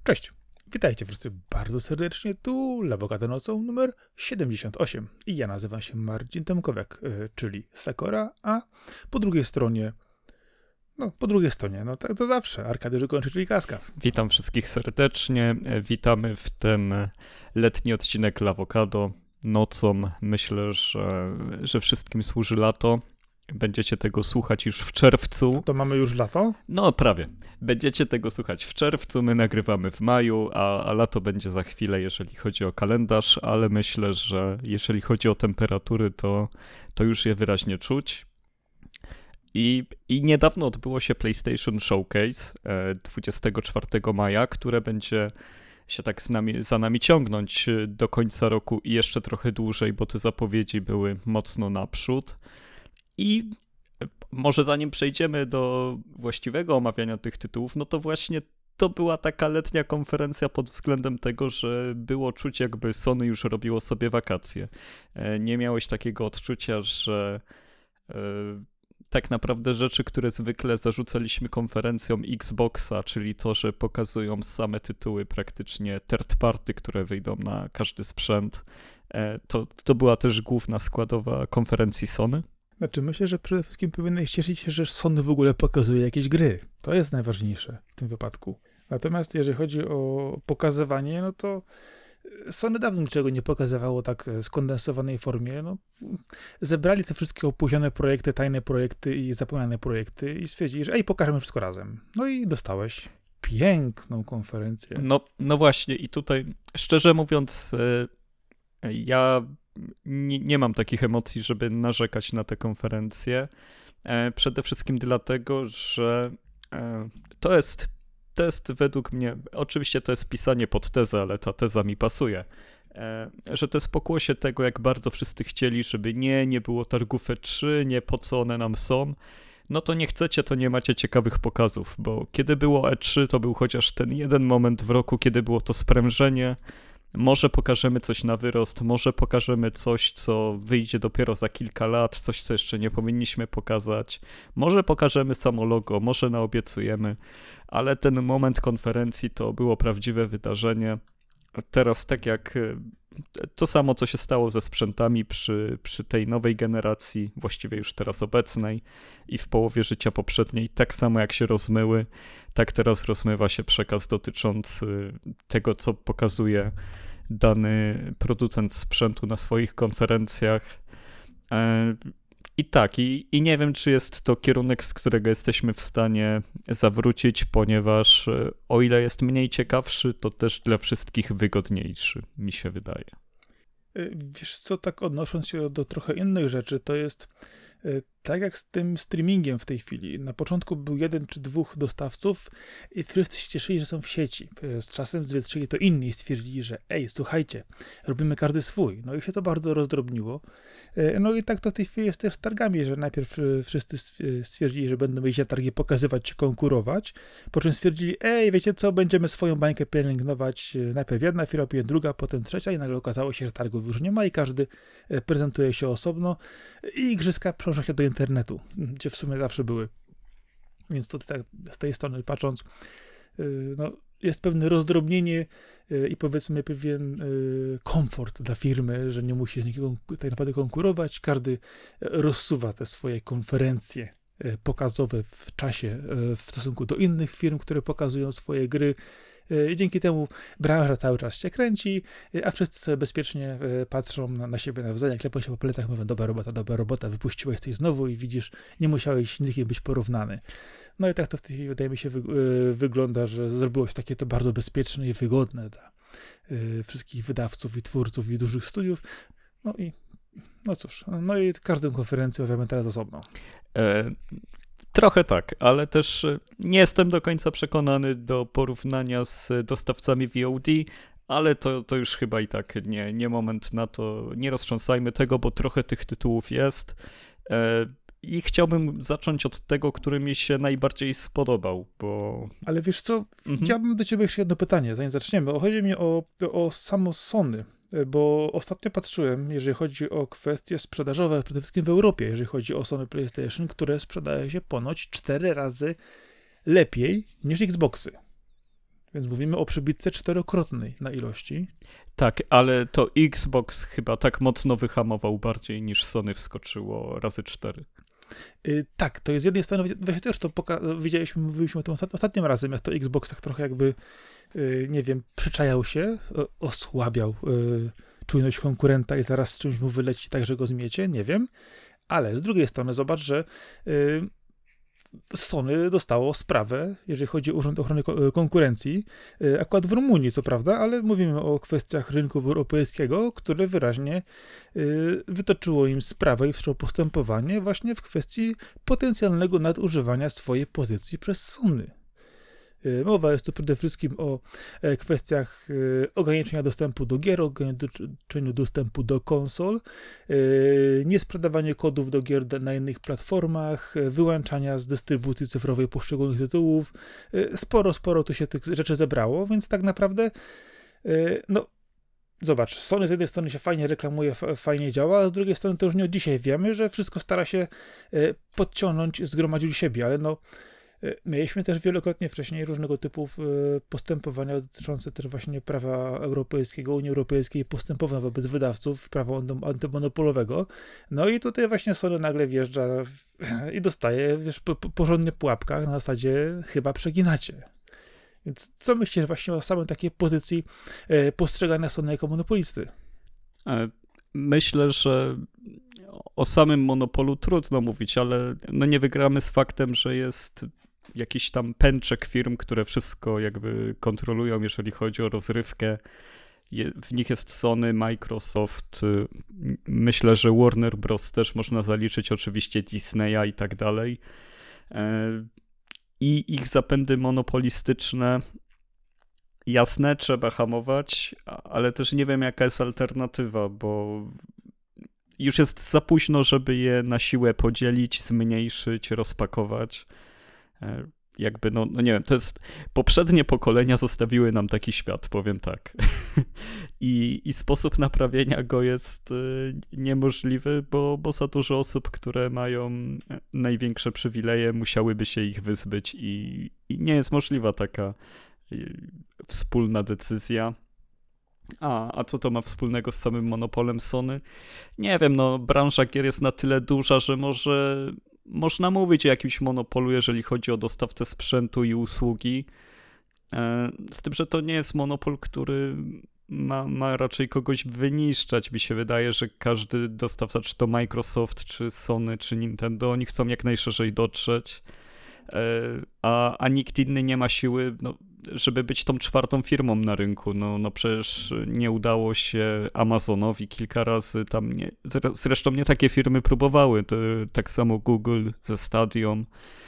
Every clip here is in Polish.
Cześć, witajcie wszyscy bardzo serdecznie, tu Lawokado nocą numer 78 i ja nazywam się Marcin Tomkowiak, czyli Sakora, a po drugiej stronie, tak to zawsze, Arkadiusz Kończy, czyli Kaskad. Witam wszystkich serdecznie, witamy w ten letni odcinek Lawokado nocą. Myślę, że wszystkim służy lato. Będziecie tego słuchać już w czerwcu. To mamy już lato? No prawie. Będziecie tego słuchać w czerwcu, my nagrywamy w maju, a lato będzie za chwilę, jeżeli chodzi o kalendarz, ale myślę, że jeżeli chodzi o temperatury, to już je wyraźnie czuć. I niedawno odbyło się PlayStation Showcase 24 maja, które będzie się tak za nami ciągnąć do końca roku i jeszcze trochę dłużej, bo te zapowiedzi były mocno naprzód. I może zanim przejdziemy do właściwego omawiania tych tytułów, no to właśnie to była taka letnia konferencja pod względem tego, że było czuć, jakby Sony już robiło sobie wakacje. Nie miałeś takiego odczucia, że tak naprawdę rzeczy, które zwykle zarzucaliśmy konferencjom Xboxa, czyli to, że pokazują same tytuły praktycznie third party, które wyjdą na każdy sprzęt, to była też główna składowa konferencji Sony. Znaczy myślę, że przede wszystkim powinieneś cieszyć się, że Sony w ogóle pokazuje jakieś gry. To jest najważniejsze w tym wypadku. Natomiast jeżeli chodzi o pokazywanie, no to Sony dawno niczego nie pokazywało tak w skondensowanej formie. No, zebrali te wszystkie opóźnione projekty, tajne projekty i zapomniane projekty i stwierdzili, że pokażemy wszystko razem. No i dostałeś piękną konferencję. No właśnie i tutaj szczerze mówiąc ja nie mam takich emocji, żeby narzekać na tę konferencję. Przede wszystkim dlatego, że to jest według mnie, oczywiście to jest pisanie pod tezę, ale ta teza mi pasuje, że to jest pokłosie tego, jak bardzo wszyscy chcieli, żeby nie było targów E3, nie po co one nam są. No to nie chcecie, to nie macie ciekawych pokazów, bo kiedy było E3, to był chociaż ten jeden moment w roku, kiedy było to sprężenie. Może pokażemy coś na wyrost, może pokażemy coś, co wyjdzie dopiero za kilka lat, coś, co jeszcze nie powinniśmy pokazać. Może pokażemy samo logo, może naobiecujemy, ale ten moment konferencji to było prawdziwe wydarzenie. Teraz tak jak to samo, co się stało ze sprzętami przy tej nowej generacji, właściwie już teraz obecnej i w połowie życia poprzedniej, tak samo jak się rozmyły, tak teraz rozmywa się przekaz dotyczący tego, co pokazuje dany producent sprzętu na swoich konferencjach. I nie wiem, czy jest to kierunek, z którego jesteśmy w stanie zawrócić, ponieważ o ile jest mniej ciekawszy, to też dla wszystkich wygodniejszy, mi się wydaje. Wiesz co, tak odnosząc się do trochę innych rzeczy, to jest tak jak z tym streamingiem w tej chwili. Na początku był jeden czy dwóch dostawców i wszyscy się cieszyli, że są w sieci. Z czasem zwietrzyli to inni i stwierdzili, że słuchajcie, robimy każdy swój. No i się to bardzo rozdrobniło. No i tak to w tej chwili jest też z targami, że najpierw wszyscy stwierdzili, że będą iść na targi pokazywać czy konkurować, po czym stwierdzili, wiecie co, będziemy swoją bańkę pielęgnować. Najpierw jedna firma, potem druga, potem trzecia i nagle okazało się, że targów już nie ma i każdy prezentuje się osobno i igrzyska przenoszą się do internetu, gdzie w sumie zawsze były. Więc to tak z tej strony patrząc, no, jest pewne rozdrobnienie i powiedzmy pewien komfort dla firmy, że nie musi z nikim tak naprawdę konkurować. Każdy rozsuwa te swoje konferencje pokazowe w czasie w stosunku do innych firm, które pokazują swoje gry. I dzięki temu branża cały czas się kręci, a wszyscy sobie bezpiecznie patrzą na siebie nawzajem, klepią się po plecach, mówią, dobra robota, wypuściłeś coś znowu i widzisz, nie musiałeś z nikim być porównany. No i tak to w tej chwili, wydaje mi się, wygląda, że zrobiło się takie to bardzo bezpieczne i wygodne dla wszystkich wydawców i twórców i dużych studiów. No cóż, i każdą konferencję omawiamy teraz osobno. Trochę tak, ale też nie jestem do końca przekonany do porównania z dostawcami VOD, ale to już chyba i tak nie moment na to, nie roztrząsajmy tego, bo trochę tych tytułów jest i chciałbym zacząć od tego, który mi się najbardziej spodobał, bo... Ale wiesz co, chciałbym do ciebie jeszcze jedno pytanie, zanim zaczniemy. Chodzi mi o samo Sony. Bo ostatnio patrzyłem, jeżeli chodzi o kwestie sprzedażowe, przede wszystkim w Europie, jeżeli chodzi o Sony PlayStation, które sprzedaje się ponoć 4 razy lepiej niż Xboxy. Więc mówimy o przybitce 4-krotnej na ilości. Tak, ale to Xbox chyba tak mocno wyhamował bardziej niż Sony wskoczyło razy 4. Tak, to jest z jednej strony, właśnie też to widzieliśmy, mówiliśmy o tym ostatnim razem, jak to Xbox tak trochę jakby, nie wiem, przyczajał się, osłabiał czujność konkurenta i zaraz z czymś mu wyleci tak, że go zmiecie, nie wiem. Ale z drugiej strony zobacz, że Sony dostało sprawę, jeżeli chodzi o Urząd Ochrony Konkurencji, akurat w Rumunii, co prawda, ale mówimy o kwestiach rynku europejskiego, które wyraźnie wytoczyło im sprawę i wszczęło postępowanie właśnie w kwestii potencjalnego nadużywania swojej pozycji przez Sony. Mowa jest tu przede wszystkim o kwestiach ograniczenia dostępu do gier, ograniczeniu dostępu do konsol, niesprzedawanie kodów do gier na innych platformach, wyłączania z dystrybucji cyfrowej poszczególnych tytułów. Sporo tu się tych rzeczy zebrało, więc tak naprawdę no zobacz, Sony z jednej strony się fajnie reklamuje, fajnie działa, a z drugiej strony to już nie od dzisiaj wiemy, że wszystko stara się podciągnąć, zgromadzić siebie, ale no mieliśmy też wielokrotnie wcześniej różnego typu postępowania dotyczące też właśnie prawa europejskiego, Unii Europejskiej, postępowań wobec wydawców, prawa antymonopolowego. No i tutaj właśnie Sony nagle wjeżdża i dostaje, wiesz, porządnie po łapkach na zasadzie chyba przeginacie. Więc co myślisz właśnie o samej takiej pozycji postrzegania Sony jako monopolisty? Myślę, że o samym monopolu trudno mówić, ale no nie wygramy z faktem, że jest jakiś tam pęczek firm, które wszystko jakby kontrolują, jeżeli chodzi o rozrywkę. W nich jest Sony, Microsoft, myślę, że Warner Bros. Też można zaliczyć, oczywiście Disneya i tak dalej. I ich zapędy monopolistyczne, jasne, trzeba hamować, ale też nie wiem, jaka jest alternatywa, bo już jest za późno, żeby je na siłę podzielić, zmniejszyć, rozpakować. Jakby, no nie wiem, to jest... Poprzednie pokolenia zostawiły nam taki świat, powiem tak. I sposób naprawienia go jest niemożliwy, bo za dużo osób, które mają największe przywileje, musiałyby się ich wyzbyć i nie jest możliwa taka wspólna decyzja. A co to ma wspólnego z samym monopolem Sony? Nie wiem, no branża gier jest na tyle duża, że można mówić o jakimś monopolu, jeżeli chodzi o dostawcę sprzętu i usługi. Z tym, że to nie jest monopol, który ma raczej kogoś wyniszczać. Mi się wydaje, że każdy dostawca, czy to Microsoft, czy Sony, czy Nintendo, oni chcą jak najszerzej dotrzeć, a nikt inny nie ma siły, no, żeby być tą czwartą firmą na rynku. No przecież nie udało się Amazonowi kilka razy, zresztą nie takie firmy próbowały, tak samo Google ze Stadium.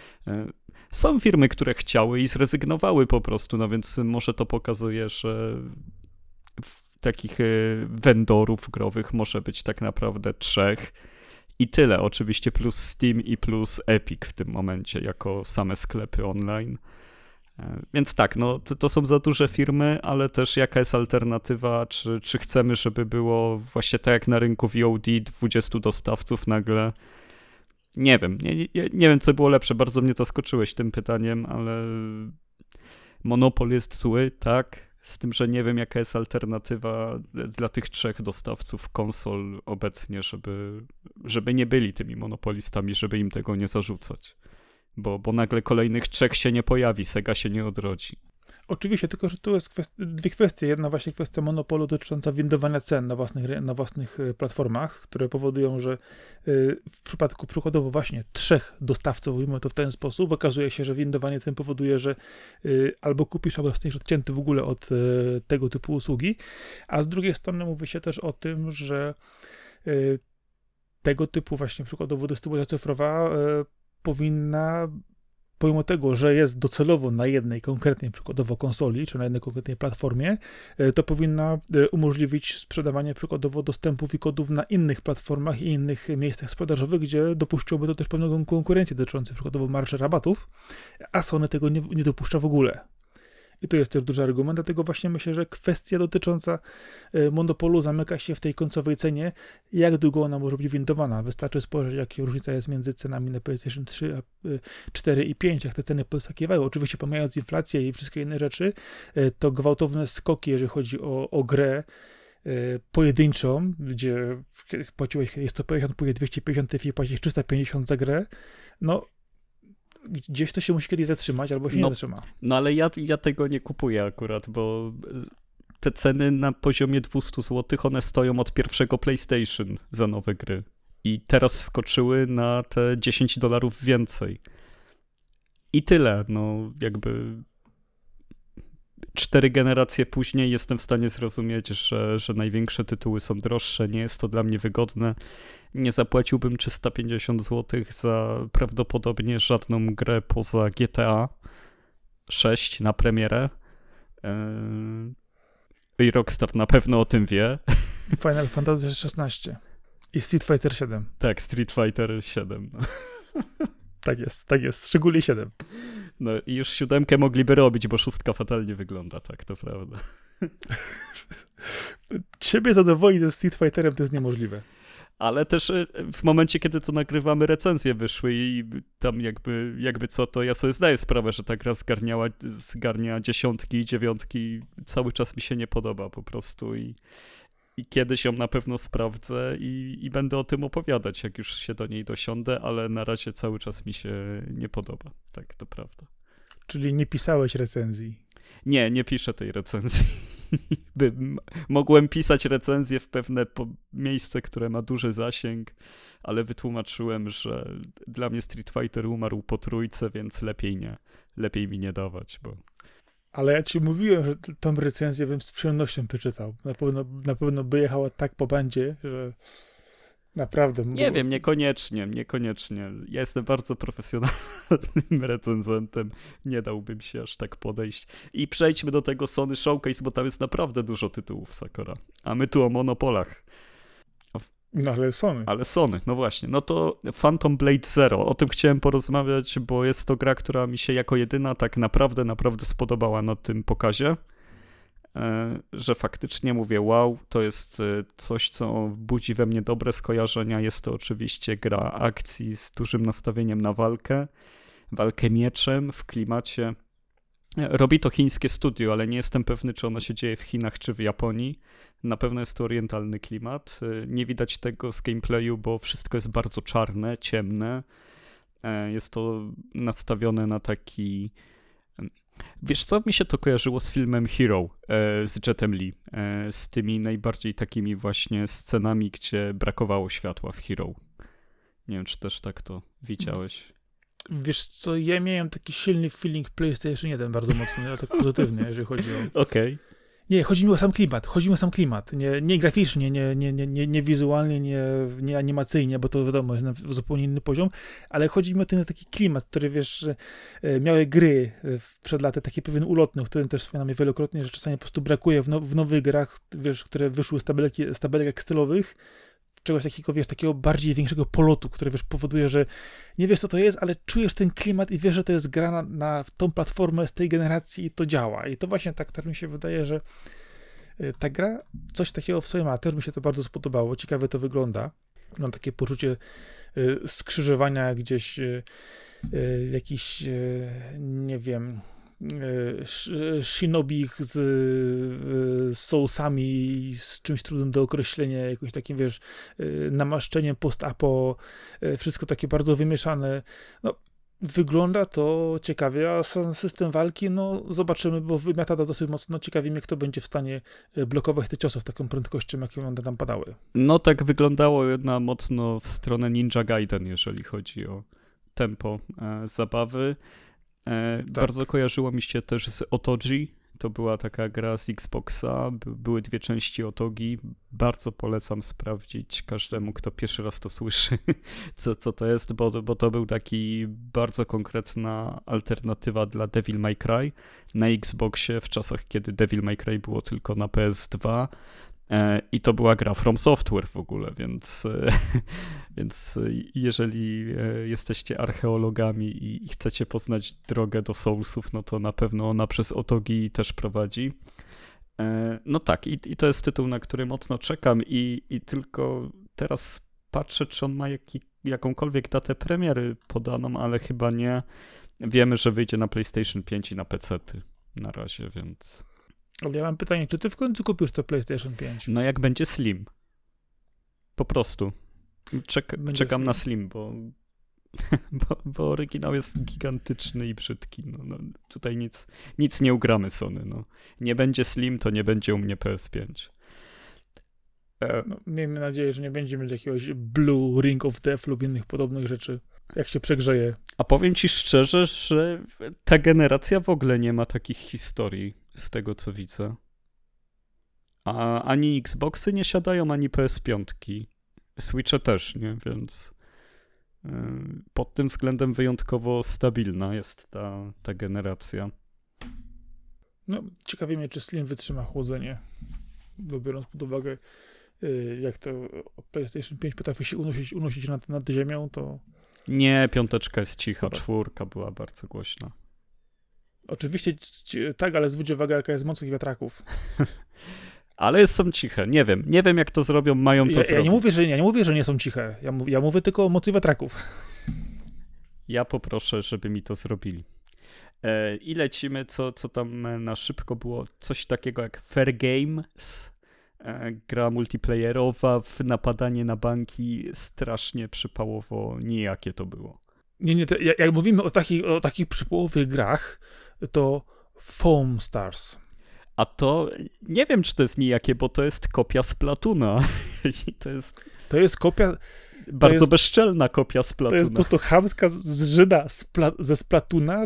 Są firmy, które chciały i zrezygnowały po prostu, no więc może to pokazuje, że takich vendorów growych może być tak naprawdę 3 i tyle, oczywiście plus Steam i plus Epic w tym momencie, jako same sklepy online. Więc tak, no to są za duże firmy, ale też jaka jest alternatywa, czy chcemy, żeby było właśnie tak jak na rynku VOD 20 dostawców nagle. Nie wiem, nie wiem co było lepsze, bardzo mnie zaskoczyłeś tym pytaniem, ale monopol jest zły, tak, z tym, że nie wiem jaka jest alternatywa dla tych 3 dostawców konsol obecnie, żeby nie byli tymi monopolistami, żeby im tego nie zarzucać. Bo nagle kolejnych 3 się nie pojawi, Sega się nie odrodzi. Oczywiście, tylko że tu jest dwie kwestie. Jedna właśnie kwestia monopolu dotycząca windowania cen na własnych platformach, które powodują, że w przypadku przykładowo właśnie 3 dostawców, mówimy to w ten sposób, okazuje się, że windowanie cen powoduje, że albo kupisz, albo jesteś odcięty w ogóle od tego typu usługi, a z drugiej strony mówi się też o tym, że tego typu właśnie przykładowo dystrybucja cyfrowa powinna, pomimo tego, że jest docelowo na jednej konkretnej przykładowo konsoli, czy na jednej konkretnej platformie, to powinna umożliwić sprzedawanie przykładowo dostępów i kodów na innych platformach i innych miejscach sprzedażowych, gdzie dopuściłoby to też pewną konkurencję dotyczącą przykładowo marży rabatów, a Sony tego nie dopuszcza w ogóle. I to jest też duży argument, dlatego właśnie myślę, że kwestia dotycząca monopolu zamyka się w tej końcowej cenie, jak długo ona może być windowana. Wystarczy spojrzeć, jaka różnica jest między cenami na PlayStation 3, 4 i 5, jak te ceny poskakiwały. Oczywiście pomijając inflację i wszystkie inne rzeczy, to gwałtowne skoki, jeżeli chodzi o grę pojedynczą, gdzie płaciłeś 150, później 250 i płacisz 350 za grę, no gdzieś to się musi kiedyś zatrzymać, albo się nie zatrzyma. No ale ja tego nie kupuję akurat, bo te ceny na poziomie 200 zł, one stoją od pierwszego PlayStation za nowe gry. I teraz wskoczyły na te $10 więcej. I tyle, no jakby 4 generacje później jestem w stanie zrozumieć, że największe tytuły są droższe, nie jest to dla mnie wygodne. Nie zapłaciłbym 350 zł za prawdopodobnie żadną grę poza GTA 6 na premierę. I Rockstar na pewno o tym wie. Final Fantasy 16 i Street Fighter 7. Tak, Street Fighter 7. No. Tak jest, szczególnie 7. No i już 7 mogliby robić, bo 6 fatalnie wygląda, tak, to prawda. Ciebie zadowolić ze Street Fighterem to jest niemożliwe. Ale też w momencie, kiedy to nagrywamy, recenzje wyszły i tam jakby co, to ja sobie zdaję sprawę, że ta gra zgarnia 10, 9, cały czas mi się nie podoba po prostu i kiedyś ją na pewno sprawdzę i będę o tym opowiadać, jak już się do niej dosiądę, ale na razie cały czas mi się nie podoba, tak, to prawda. Czyli nie pisałeś recenzji? Nie piszę tej recenzji. Mogłem pisać recenzję w pewne miejsce, które ma duży zasięg, ale wytłumaczyłem, że dla mnie Street Fighter umarł po trójce, więc lepiej mi nie dawać, bo... Ale ja ci mówiłem, że tą recenzję bym z przyjemnością przeczytał. Na pewno by jechała tak po bandzie, że naprawdę... Nie wiem, niekoniecznie. Ja jestem bardzo profesjonalnym recenzentem. Nie dałbym się aż tak podejść. I przejdźmy do tego Sony Showcase, bo tam jest naprawdę dużo tytułów Sakura. A my tu o monopolach. No ale Sony, no właśnie. No to Phantom Blade Zero. O tym chciałem porozmawiać, bo jest to gra, która mi się jako jedyna tak naprawdę spodobała na tym pokazie. Że faktycznie mówię, wow, to jest coś, co budzi we mnie dobre skojarzenia. Jest to oczywiście gra akcji z dużym nastawieniem na walkę mieczem w klimacie. Robi to chińskie studio, ale nie jestem pewny, czy ono się dzieje w Chinach, czy w Japonii. Na pewno jest to orientalny klimat. Nie widać tego z gameplayu, bo wszystko jest bardzo czarne, ciemne. Jest to nastawione na taki... Wiesz co, mi się to kojarzyło z filmem Hero z Jetem Li, z tymi najbardziej takimi właśnie scenami, gdzie brakowało światła w Hero. Nie wiem, czy też tak to widziałeś. Wiesz co, ja miałem taki silny feeling w PlayStation 1 bardzo mocny, ale tak pozytywnie, jeżeli chodzi o... Okej. Nie, chodzi mi o sam klimat. Nie graficznie, nie wizualnie, nie animacyjnie, bo to wiadomo, jest na zupełnie inny poziom, ale chodzi mi o ten taki klimat, który wiesz, miały gry przed laty, taki pewien ulotny, o którym też wspominamy wielokrotnie, że czasami po prostu brakuje w nowych grach, wiesz, które wyszły z tabelek Excelowych, czegoś takiego, wiesz, takiego bardziej większego polotu, który, wiesz, powoduje, że nie wiesz, co to jest, ale czujesz ten klimat i wiesz, że to jest gra na tą platformę z tej generacji i to działa. I to właśnie tak mi się wydaje, że ta gra coś takiego w sobie ma. Też mi się to bardzo spodobało. Ciekawie to wygląda. Mam takie poczucie skrzyżowania gdzieś jakiś, nie wiem, shinobi z sousami, z czymś trudnym do określenia, jakimś takim, wiesz, namaszczeniem post-apo, wszystko takie bardzo wymieszane. No, wygląda to ciekawie, a sam system walki, no zobaczymy, bo wymiata dosyć mocno. Ciekawi mnie, kto będzie w stanie blokować te ciosy w taką prędkością, jakie one tam padały. No tak wyglądało mocno w stronę Ninja Gaiden, jeżeli chodzi o tempo zabawy. Tak. Bardzo kojarzyło mi się też z Otogi. To była taka gra z Xboxa. Były 2 części Otogi. Bardzo polecam sprawdzić każdemu, kto pierwszy raz to słyszy, co to jest, bo to był taki bardzo konkretna alternatywa dla Devil May Cry na Xboxie w czasach, kiedy Devil May Cry było tylko na PS2. I to była gra From Software w ogóle, więc jeżeli jesteście archeologami i chcecie poznać drogę do Soulsów, no to na pewno ona przez Otogi też prowadzi. No tak, i to jest tytuł, na który mocno czekam i tylko teraz patrzę, czy on ma jakąkolwiek datę premiery podaną, ale chyba nie. Wiemy, że wyjdzie na PlayStation 5 i na PC-ty na razie, więc... Ale ja mam pytanie, czy ty w końcu kupisz to PlayStation 5? No jak będzie Slim. Po prostu. Czekam na Slim, bo oryginał jest gigantyczny i brzydki. No, tutaj nic nie ugramy, Sony. No. Nie będzie Slim, to nie będzie u mnie PS5. No, miejmy nadzieję, że nie będzie mieć jakiegoś Blue Ring of Death lub innych podobnych rzeczy, jak się przegrzeje. A powiem ci szczerze, że ta generacja w ogóle nie ma takich historii, z tego co widzę. A ani Xboxy nie siadają, ani PS5. Switche też, nie? Więc pod tym względem wyjątkowo stabilna jest ta generacja. No, ciekawi mnie, czy Slim wytrzyma chłodzenie. Bo biorąc pod uwagę, jak to PlayStation 5 potrafi się unosić nad ziemią, to... Nie, 5 jest cicha, 4 była bardzo głośna. Oczywiście tak, ale zwróć uwagę, jaka jest moc tych wiatraków. Ale są ciche, nie wiem jak to zrobią, mają to zrobić. Ja nie mówię, że nie są ciche, ja mówię tylko o mocy wiatraków. Ja poproszę, żeby mi to zrobili. I lecimy, co tam na szybko było, coś takiego jak Fair Games, gra multiplayerowa w napadanie na banki, strasznie przypałowo nijakie to było. Nie, jak mówimy o takich przypałowych grach, to Foam Stars. A to nie wiem, czy to jest nijakie, bo to jest kopia Splatoona. I to jest kopia... Bardzo bezczelna kopia Splatoona. To jest po prostu chamska zżyda ze Splatoona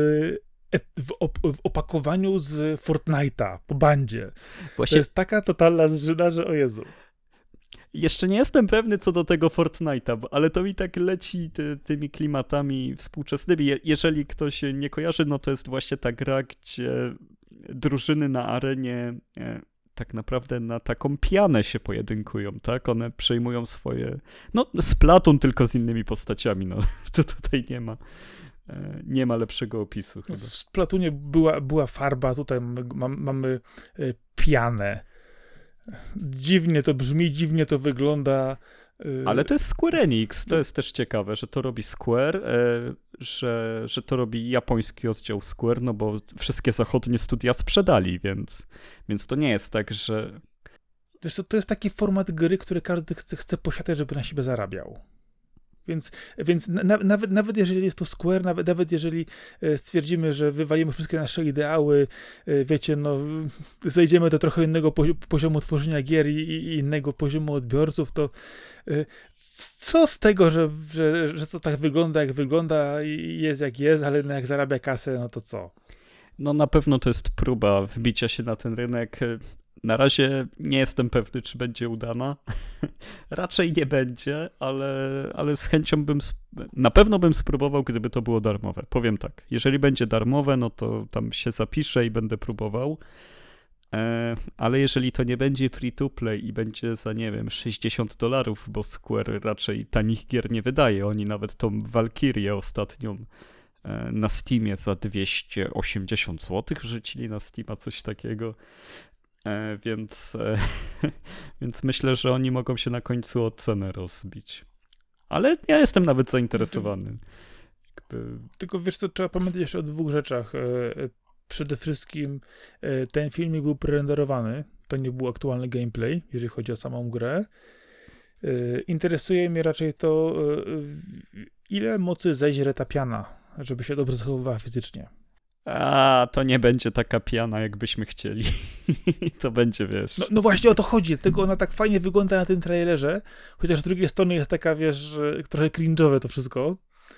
w opakowaniu z Fortnite'a po bandzie. Właśnie... To jest taka totalna zżyda, że o Jezu. Jeszcze nie jestem pewny co do tego Fortnite'a, ale to mi tak leci tymi klimatami współczesnymi. Jeżeli ktoś nie kojarzy, no to jest właśnie ta gra, gdzie drużyny na arenie tak naprawdę na taką pianę się pojedynkują, tak? One przejmują swoje... No, Splatoon tylko z innymi postaciami, no. To tutaj nie ma lepszego opisu chyba. W Splatoonie była farba, tutaj mamy pianę. Dziwnie to brzmi, dziwnie to wygląda. Ale to jest Square Enix, to jest też ciekawe, że to robi Square, że to robi japoński oddział Square, no bo wszystkie zachodnie studia sprzedali, więc to nie jest tak, że... Wiesz co, to jest taki format gry, który każdy chce posiadać, żeby na siebie zarabiał. Więc nawet jeżeli jest to Square, nawet jeżeli stwierdzimy, że wywalimy wszystkie nasze ideały, wiecie, no zejdziemy do trochę innego poziomu tworzenia gier i innego poziomu odbiorców, to co z tego, że to tak wygląda, jak wygląda i jest jak jest, ale jak zarabia kasę, no to co? No na pewno to jest próba wbicia się na ten rynek. Na razie nie jestem pewny, czy będzie udana. Raczej nie będzie, ale z chęcią na pewno bym spróbował, gdyby to było darmowe. Powiem tak, jeżeli będzie darmowe, no to tam się zapiszę i będę próbował. Ale jeżeli to nie będzie free to play i będzie za, nie wiem, $60, bo Square raczej tanich gier nie wydaje. Oni nawet tą Valkyrię ostatnią na Steamie za 280 zł wrzucili na Steama, coś takiego. Więc myślę, że oni mogą się na końcu o cenę rozbić. Ale ja jestem nawet zainteresowany. Tylko wiesz, to trzeba pamiętać jeszcze o dwóch rzeczach. Przede wszystkim ten filmik był prerenderowany. To nie był aktualny gameplay, jeżeli chodzi o samą grę. Interesuje mnie raczej to, ile mocy zeźre ta piana, żeby się dobrze zachowywała fizycznie. A, to nie będzie taka piana, jakbyśmy chcieli. To będzie, wiesz... No właśnie o to chodzi, tylko ona tak fajnie wygląda na tym trailerze, chociaż z drugiej strony jest taka, wiesz, trochę cringe'owe to wszystko.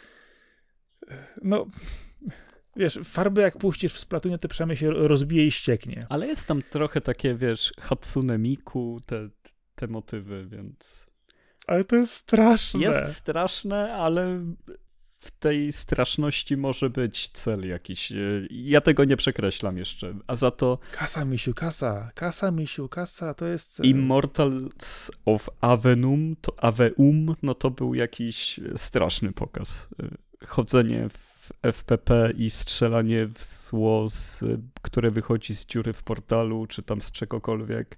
No, wiesz, farby jak puścisz w Splatoonie, to przynajmniej się rozbije i ścieknie. Ale jest tam trochę takie, wiesz, Hatsune Miku, te motywy, więc... Ale to jest straszne. Jest straszne, ale w tej straszności może być cel jakiś. Ja tego nie przekreślam jeszcze, a za to Kasa, misiu, kasa. Kasa, misiu, kasa, to jest cel. Immortals of Aveum, no to był jakiś straszny pokaz. Chodzenie w FPP i strzelanie w zło, które wychodzi z dziury w portalu, czy tam z czegokolwiek.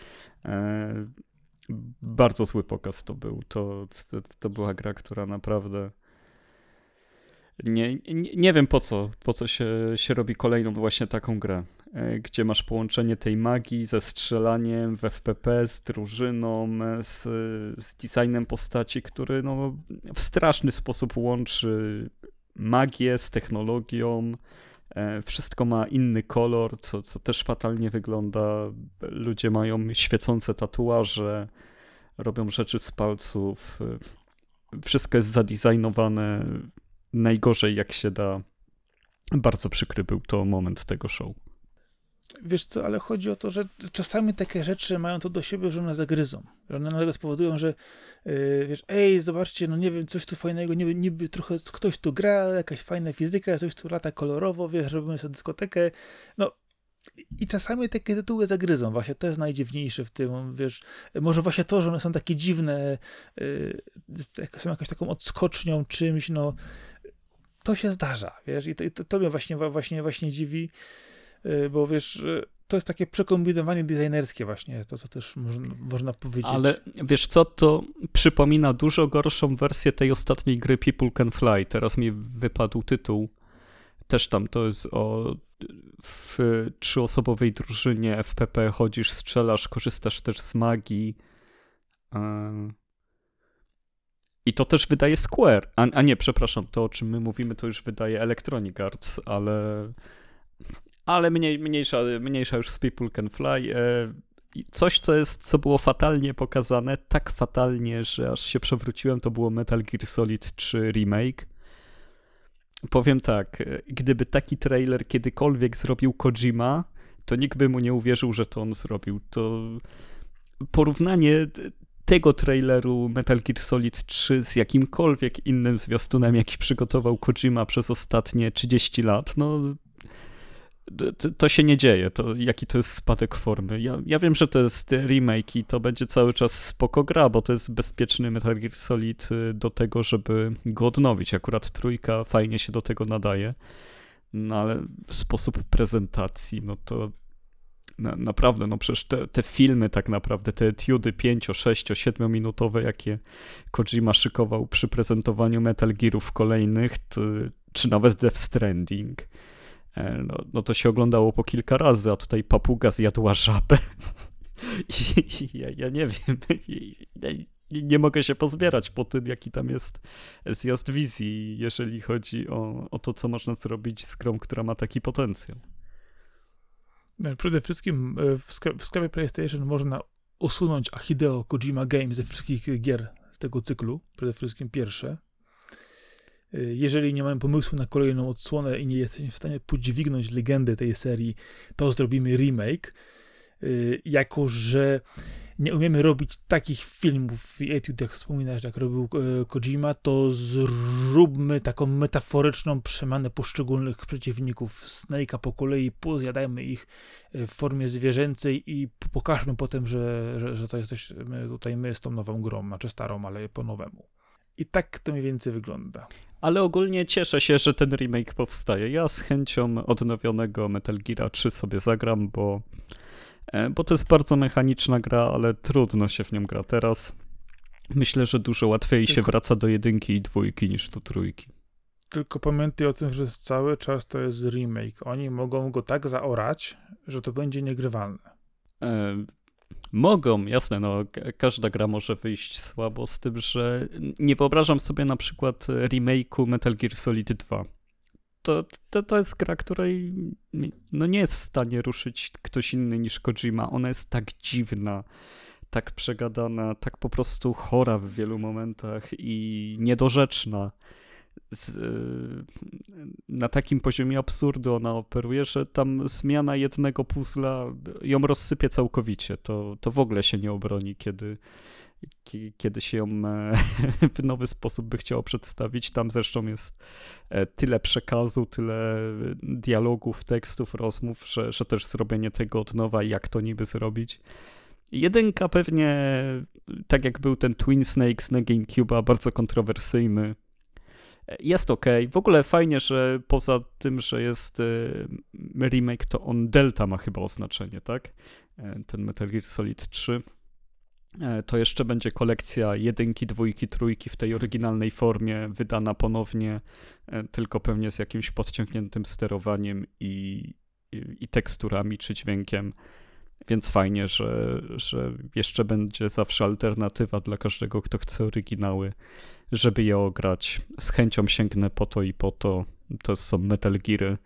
Bardzo zły pokaz to był. To była gra, która naprawdę... Nie wiem po co się robi kolejną właśnie taką grę, gdzie masz połączenie tej magii ze strzelaniem w FPP, z drużyną, z designem postaci, który no, w straszny sposób łączy magię z technologią. Wszystko ma inny kolor, co też fatalnie wygląda. Ludzie mają świecące tatuaże, robią rzeczy z palców. Wszystko jest zadizajnowane najgorzej jak się da. Bardzo przykry był to moment tego show. Wiesz co, ale chodzi o to, że czasami takie rzeczy mają to do siebie, że one zagryzą. Że one nagle spowodują, że wiesz, zobaczcie, no nie wiem, coś tu fajnego, niby trochę ktoś tu gra, jakaś fajna fizyka, coś tu lata kolorowo, wiesz, robimy sobie dyskotekę. No i czasami takie tytuły zagryzą. Właśnie to jest najdziwniejsze w tym, wiesz, może właśnie to, że one są takie dziwne, są jakąś taką odskocznią, czymś, no to się zdarza, wiesz, i to mnie właśnie dziwi, bo wiesz, to jest takie przekombinowanie designerskie właśnie, to co też można powiedzieć. Ale wiesz co, to przypomina dużo gorszą wersję tej ostatniej gry People Can Fly. Teraz mi wypadł tytuł. Też tam to jest w 3-osobowej drużynie FPP chodzisz, strzelasz, korzystasz też z magii. I to też wydaje Square. A nie, przepraszam, to o czym my mówimy to już wydaje Electronic Arts, ale mniejsza już z People Can Fly. Coś, co było fatalnie pokazane, tak fatalnie, że aż się przewróciłem, to było Metal Gear Solid 3 Remake. Powiem tak, gdyby taki trailer kiedykolwiek zrobił Kojima, to nikt by mu nie uwierzył, że to on zrobił. To porównanie tego traileru Metal Gear Solid 3 z jakimkolwiek innym zwiastunem, jaki przygotował Kojima przez ostatnie 30 lat, no to się nie dzieje. Jaki to jest spadek formy. Ja wiem, że to jest remake i to będzie cały czas spoko gra, bo to jest bezpieczny Metal Gear Solid do tego, żeby go odnowić. Akurat trójka fajnie się do tego nadaje, no ale sposób prezentacji, no to naprawdę, no przecież te filmy tak naprawdę, te etiudy 5, 6, 7 minutowe, jakie Kojima szykował przy prezentowaniu Metal Gearów kolejnych, czy nawet Death Stranding, no to się oglądało po kilka razy, a tutaj papuga zjadła żabę. Ja nie wiem, nie mogę się pozbierać po tym, jaki tam jest zjazd wizji, jeżeli chodzi o to, co można zrobić z grą, która ma taki potencjał. Przede wszystkim w sklepie PlayStation można usunąć Hideo Kojima Game ze wszystkich gier z tego cyklu, przede wszystkim pierwsze. Jeżeli nie mamy pomysłu na kolejną odsłonę i nie jesteśmy w stanie podźwignąć legendy tej serii, to zrobimy remake. Jako że nie umiemy robić takich filmów i etiud, jak wspominasz, jak robił Kojima, to zróbmy taką metaforyczną przemianę poszczególnych przeciwników Snake'a po kolei, pozjadajmy ich w formie zwierzęcej i pokażmy potem, że to jesteśmy tutaj my z tą nową grą, znaczy starą, ale po nowemu. I tak to mniej więcej wygląda. Ale ogólnie cieszę się, że ten remake powstaje. Ja z chęcią odnowionego Metal Gear 3 sobie zagram, bo to jest bardzo mechaniczna gra, ale trudno się w nią gra teraz. Myślę, że dużo łatwiej się wraca do 1 i 2 niż do 3. Tylko pamiętaj o tym, że cały czas to jest remake. Oni mogą go tak zaorać, że to będzie niegrywalne. Mogą, jasne, no każda gra może wyjść słabo, z tym, że nie wyobrażam sobie na przykład remake'u Metal Gear Solid 2. To jest gra, której no nie jest w stanie ruszyć ktoś inny niż Kojima. Ona jest tak dziwna, tak przegadana, tak po prostu chora w wielu momentach i niedorzeczna. Na takim poziomie absurdu ona operuje, że tam zmiana jednego puzzla ją rozsypie całkowicie. To w ogóle się nie obroni, kiedy kiedy się ją w nowy sposób by chciało przedstawić. Tam zresztą jest tyle przekazu, tyle dialogów, tekstów, rozmów, że też zrobienie tego od nowa i jak to niby zrobić. Jedynka pewnie, tak jak był ten Twin Snakes na GameCube'a, bardzo kontrowersyjny. Jest okej. W ogóle fajnie, że poza tym, że jest remake, to on Delta ma chyba oznaczenie, tak? Ten Metal Gear Solid 3. To jeszcze będzie kolekcja jedynki, dwójki, trójki w tej oryginalnej formie, wydana ponownie, tylko pewnie z jakimś podciągniętym sterowaniem i teksturami czy dźwiękiem. Więc fajnie, że jeszcze będzie zawsze alternatywa dla każdego, kto chce oryginały, żeby je ograć. Z chęcią sięgnę po to i po to. To są Metal Geary.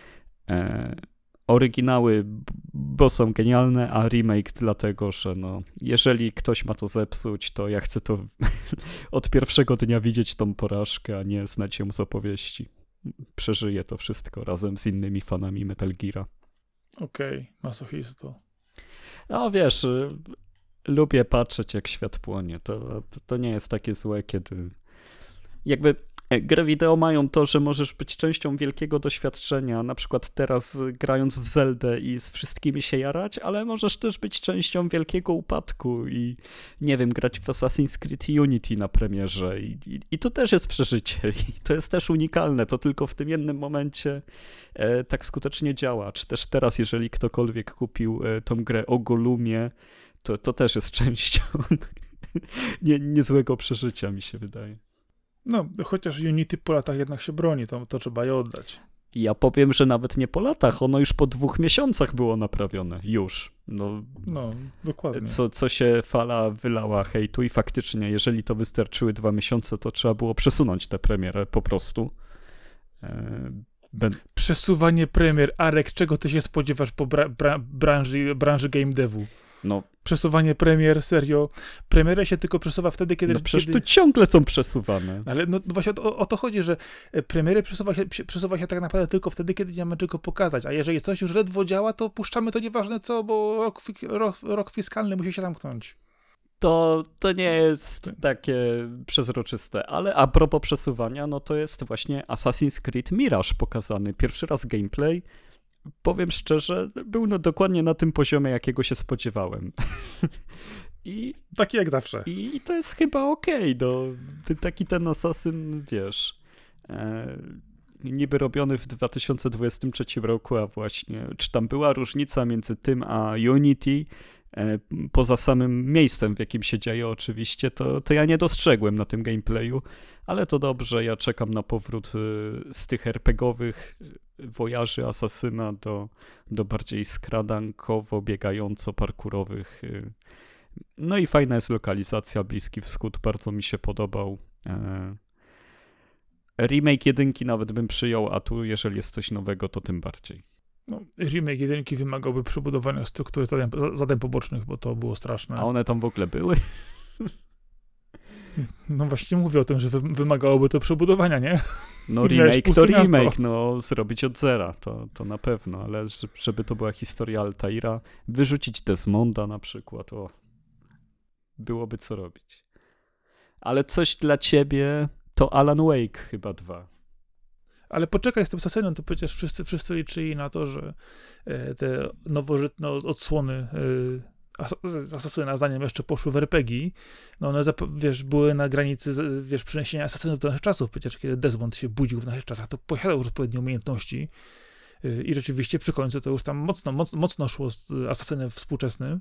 Oryginały, bo są genialne, a remake dlatego, że no, jeżeli ktoś ma to zepsuć, to ja chcę to od pierwszego dnia widzieć tą porażkę, a nie znać ją z opowieści. Przeżyję to wszystko razem z innymi fanami Metal Geara. Okej, masochisto. No wiesz, lubię patrzeć jak świat płonie. To nie jest takie złe, kiedy jakby gry wideo mają to, że możesz być częścią wielkiego doświadczenia, na przykład teraz grając w Zeldę i z wszystkimi się jarać, ale możesz też być częścią wielkiego upadku i nie wiem, grać w Assassin's Creed Unity na premierze i to też jest przeżycie i to jest też unikalne, to tylko w tym jednym momencie tak skutecznie działa, czy też teraz, jeżeli ktokolwiek kupił tą grę o Golumie, to też jest częścią niezłego przeżycia, mi się wydaje. No, chociaż Unity po latach jednak się broni, to trzeba je oddać. Ja powiem, że nawet nie po latach, ono już po 2 miesiącach było naprawione. Już. No dokładnie. Co się fala wylała hejtu i faktycznie, jeżeli to wystarczyły 2 miesiące, to trzeba było przesunąć tę premierę po prostu. Przesuwanie premier. Arek, czego ty się spodziewasz po branży game devu? No, przesuwanie premier, serio. Premierę się tylko przesuwa wtedy, kiedy... No przecież tu ciągle są przesuwane. Ale no właśnie o to chodzi, że premiery przesuwa się tak naprawdę tylko wtedy, kiedy nie mamy czego pokazać. A jeżeli coś już ledwo działa, to puszczamy to nieważne co, bo rok fiskalny musi się zamknąć. To nie jest takie przezroczyste, ale a propos przesuwania, no to jest właśnie Assassin's Creed Mirage pokazany. Pierwszy raz gameplay. Powiem szczerze, był dokładnie na tym poziomie, jakiego się spodziewałem. Taki jak zawsze. I to jest chyba okej. Taki ten Assassin, wiesz, niby robiony w 2023 roku, a właśnie, czy tam była różnica między tym a Unity, poza samym miejscem, w jakim się dzieje oczywiście, to ja nie dostrzegłem na tym gameplayu, ale to dobrze, ja czekam na powrót z tych RPGowych wojaży asasyna do bardziej skradankowo, biegająco, parkurowych. No i fajna jest lokalizacja, Bliski Wschód, bardzo mi się podobał. Remake jedynki nawet bym przyjął, a tu jeżeli jest coś nowego, to tym bardziej. No, remake jedynki wymagałby przebudowania struktury zadań pobocznych, bo to było straszne. A one tam w ogóle były? No właśnie mówię o tym, że wymagałoby to przebudowania, nie? No remake to remake, no zrobić od zera, to na pewno, ale żeby to była historia Altaira, wyrzucić Desmonda na przykład, byłoby co robić. Ale coś dla ciebie to Alan Wake chyba 2. Ale poczekaj z tym Assassinem, to przecież wszyscy liczyli na to, że te nowożytne odsłony Assassina, zanim jeszcze poszły w RPG, no one, były na granicy, przeniesienia Assassinów do naszych czasów. Przecież kiedy Desmond się budził w naszych czasach, to posiadał już odpowiednie umiejętności i rzeczywiście przy końcu to już tam mocno szło z Assassinem współczesnym.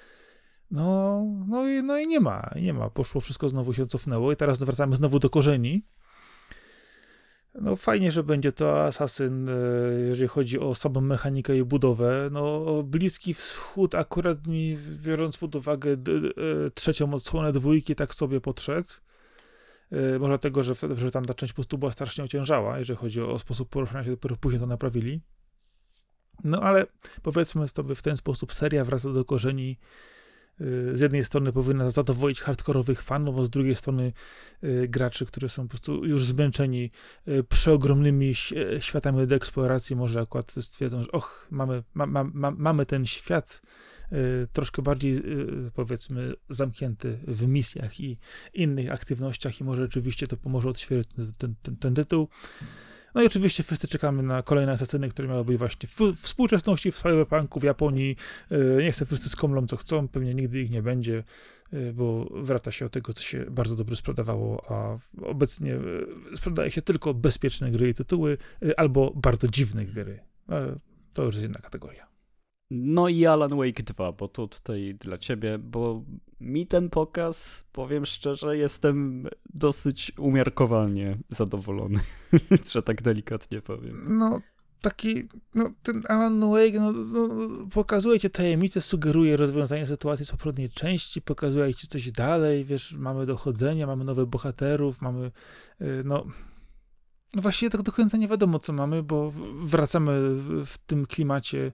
No i nie ma. Poszło wszystko, znowu się cofnęło i teraz wracamy znowu do korzeni. No fajnie, że będzie to Assassin, jeżeli chodzi o samą mechanikę i budowę. No Bliski Wschód akurat mi, biorąc pod uwagę trzecią odsłonę dwójki, tak sobie podszedł. Może dlatego, że tam ta część po prostu była strasznie ociężała, jeżeli chodzi o sposób poruszania się, dopiero później to naprawili. No ale powiedzmy sobie w ten sposób, seria wraca do korzeni. Z jednej strony powinna zadowolić hardkorowych fanów, a z drugiej strony graczy, którzy są po prostu już zmęczeni przeogromnymi światami do eksploracji, może akurat stwierdzą, że mamy ten świat troszkę bardziej, powiedzmy, zamknięty w misjach i innych aktywnościach i może rzeczywiście to pomoże odświeżyć ten tytuł. No i oczywiście wszyscy czekamy na kolejne asesyny, które miały być właśnie w współczesności, w cyberpunku, w Japonii. Niech sobie wszyscy skomlą, co chcą, pewnie nigdy ich nie będzie, bo wraca się od tego, co się bardzo dobrze sprzedawało, a obecnie sprzedaje się tylko bezpieczne gry i tytuły, albo bardzo dziwne gry. To już jest inna kategoria. No i Alan Wake 2, bo to tutaj dla ciebie, bo mi ten pokaz, powiem szczerze, jestem dosyć umiarkowanie zadowolony, że tak delikatnie powiem. No, ten Alan Wake pokazuje ci tajemnicę, sugeruje rozwiązanie sytuacji z poprzedniej części, pokazuje ci coś dalej, wiesz, mamy dochodzenia, mamy nowych bohaterów, mamy, właściwie tak do końca nie wiadomo, co mamy, bo wracamy w tym klimacie,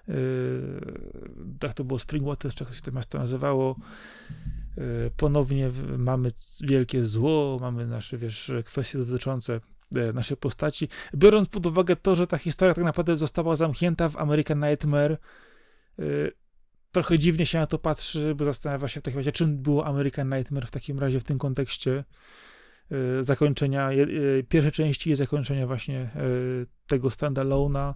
tak to było Springwater, czy jak się to miasto nazywało, ponownie mamy wielkie zło, mamy nasze, wiesz, kwestie dotyczące naszej postaci. Biorąc pod uwagę to, że ta historia tak naprawdę została zamknięta w American Nightmare, trochę dziwnie się na to patrzy, bo zastanawia się w takim razie, czym było American Nightmare w takim razie w tym kontekście zakończenia pierwszej części i zakończenia właśnie tego standalone'a.